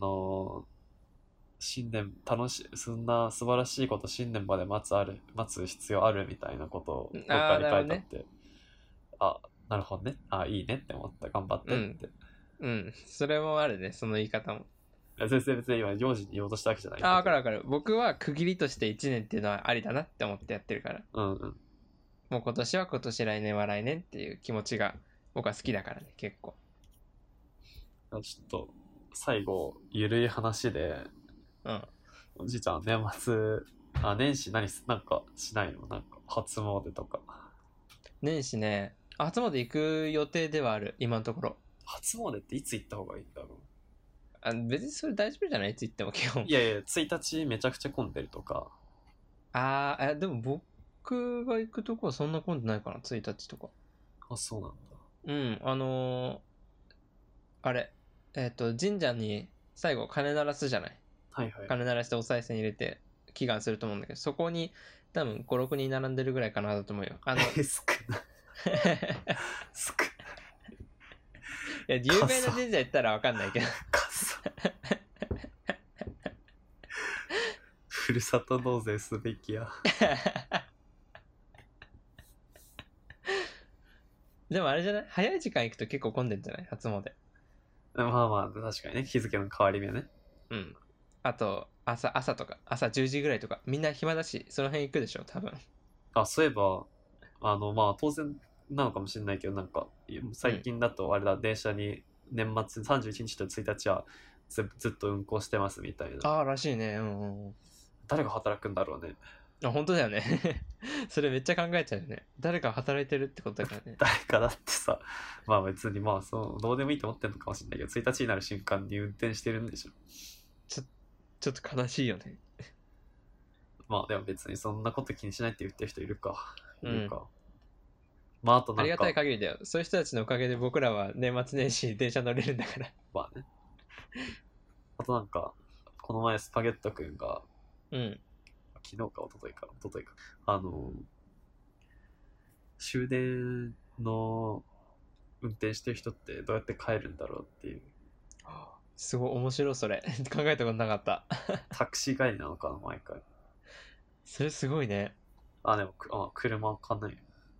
新年そんな素晴らしいこと新年まで待つ必要あるみたいなことをどっかああ、 になるほどね。 書いてあって、あ、なるほどね。いいねって思った。頑張っうん。 てって。 うん。それもあるね、その言い方も。 全然別に今、幼児に言おうとしたわけじゃないんああ、 だけど。 わかるわかる。僕は区切りとして1年っていうのはありだなって思ってやってるから。 うんうん。 もう今年は今年、来年は来年っていう気持ちが僕は好きだからね、結構。 ちょっと、最後、ゆるい話で、 うん。 おじいちゃん、年末、年始なんかしないのなんか、初詣とか。 年始ね、初詣行く予定ではある、今のところ。 初詣っていつ行った方がいいんだろ別にそれ大丈夫じゃないいつ行っても基本。 いやいや、1日めちゃくちゃ混んでるとか。 でも僕が行くとこはそんな混んでないかな、1日とか。 そうなんだ。 うん、あれ、神社に最後鐘鳴らすじゃない。 はいはい。 鐘鳴らしてお賽銭入れて祈願すると思うんだけど、そこに多分5、6人並んでるぐらいかなだと思うよ。 少な。少いや、有名な神社行ったらわかんないけど。 かさ。ふるさと納税すべきや。 でもあれじゃない、早い時間行くと結構混んでんじゃない、初詣。 まあまあ、確かにね、日付の変わり目ね。 うん。あと、朝とか、朝10時ぐらいとか、みんな暇だし、その辺行くでしょ、多分。 そういえば、まあ当然なのかもしれないけど、なんか、最近だとあれだ、電車に年末31日と1日はずっと運行してますみたいな。 ああ、らしいね。うんうん。 誰が働くんだろうね。 本当だよね。それめっちゃ考えちゃうよね。誰か働いてるってことだからね。 誰かだってさ、まあ別にまあどうでもいいと思ってんのかもしれないけど、1日になる瞬間に運転してるんでしょ。 ちょっと悲しいよね。 まあでも別にそんなこと気にしないって言ってる人いるか。 うん。 まああとありがたいなんか、 限りだよ。そういう人たちのおかげで僕らは年末年始電車乗れるんだから。 まあね。あとなんか、この前スパゲットくんが、 うん。 昨日か一昨日か、終電の運転してる人ってどうやって帰るんだろうっていう。 すごい面白いそれ。考えたことなかった。 タクシー帰りなのかな、毎回。 それすごいね。 でも、車かんないよ。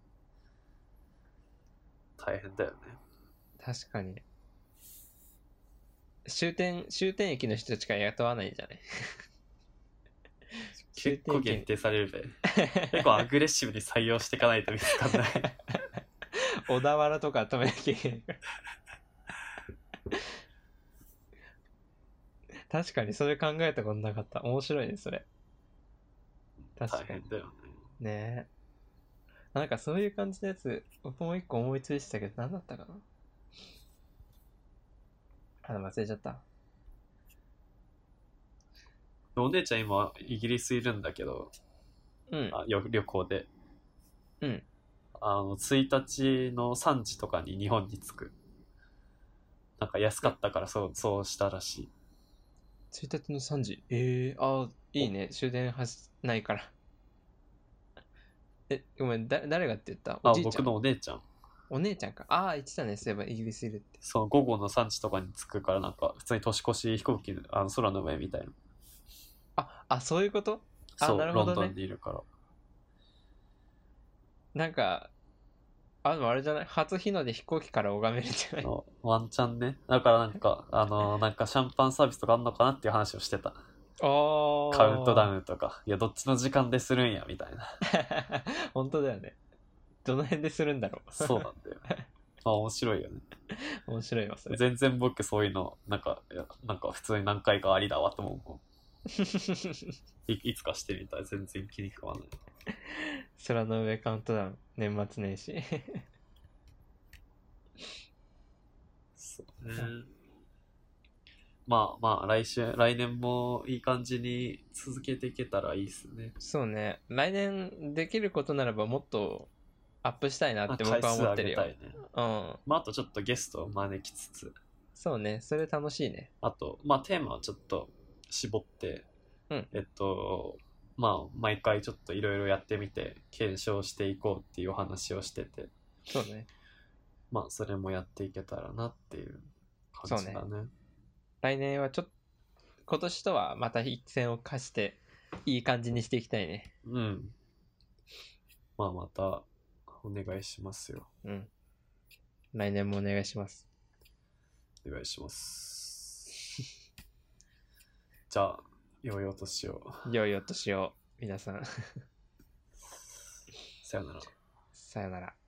大変だよね。 確かに。終点駅の人たちから雇わないんじゃない結構限定されるべ。結構アグレッシブに採用していかないと見つかんない。 小田原とか止めなきゃいけないから。確かにそれ考えたことなかった。面白いね、それ。確かに。 大変だよね。 ねえ。なんかそういう感じのやつ、僕も一個思いついてたけど、何だったかな。忘れちゃった。 お姉ちゃん今イギリスいるんだけど、 うん。 旅行で。 うん。 1日の3時とかに日本に着く。なんか安かったからそうしたらしい。 1日の3時。いいね。終電ないから。ごめん、誰がって言ったおじいちゃん。 僕のお姉ちゃん。 お姉ちゃんか。ああ、言ってたね。そういえばイギリスいるって。 そう、午後の3時とかに着くから、なんか、普通に年越し飛行機の空の上みたいな。 そういうこと？ そう、 なるほどね。 ロンドンにいるから。 なんか、でもあれじゃない？初日の出飛行機から拝めるんじゃない？ ワンチャンね。だからなんか、なんかシャンパンサービスとかあんのかなっていう話をしてた。カウントダウンとか。いや、どっちの時間でするんや、みたいな。 本当だよね。どの辺でするんだろう。 そうなんだよ。面白いよね。 面白いわ、それ。 全然僕そういうの、なんか普通に何回かありだわと思う。いつかしてみたら全然気に食わない。 空の上カウントダウン、年末年始。 そうね。まあ来年もいい感じに続けていけたらいいっすね。 そうね。来年できることならばもっとアップしたいなって僕は思ってるよ。 回数上げたいね。うん。まああとちょっとゲストを招きつつ。 そうね。それ楽しいね。 あと、まあテーマをちょっと絞って、 うん。 まあ毎回ちょっといろいろやってみて検証していこうっていうお話をしてて。 そうね。 まあそれもやっていけたらなっていう感じだね。そうね。 来年は今年とはまた一線を課していい感じにしていきたいね。 うん。まあまたお願いしますよ。 うん。来年もお願いします。 お願いします。じゃあ、良いお年を。 良いお年を、皆さん。 さよなら。 さよなら。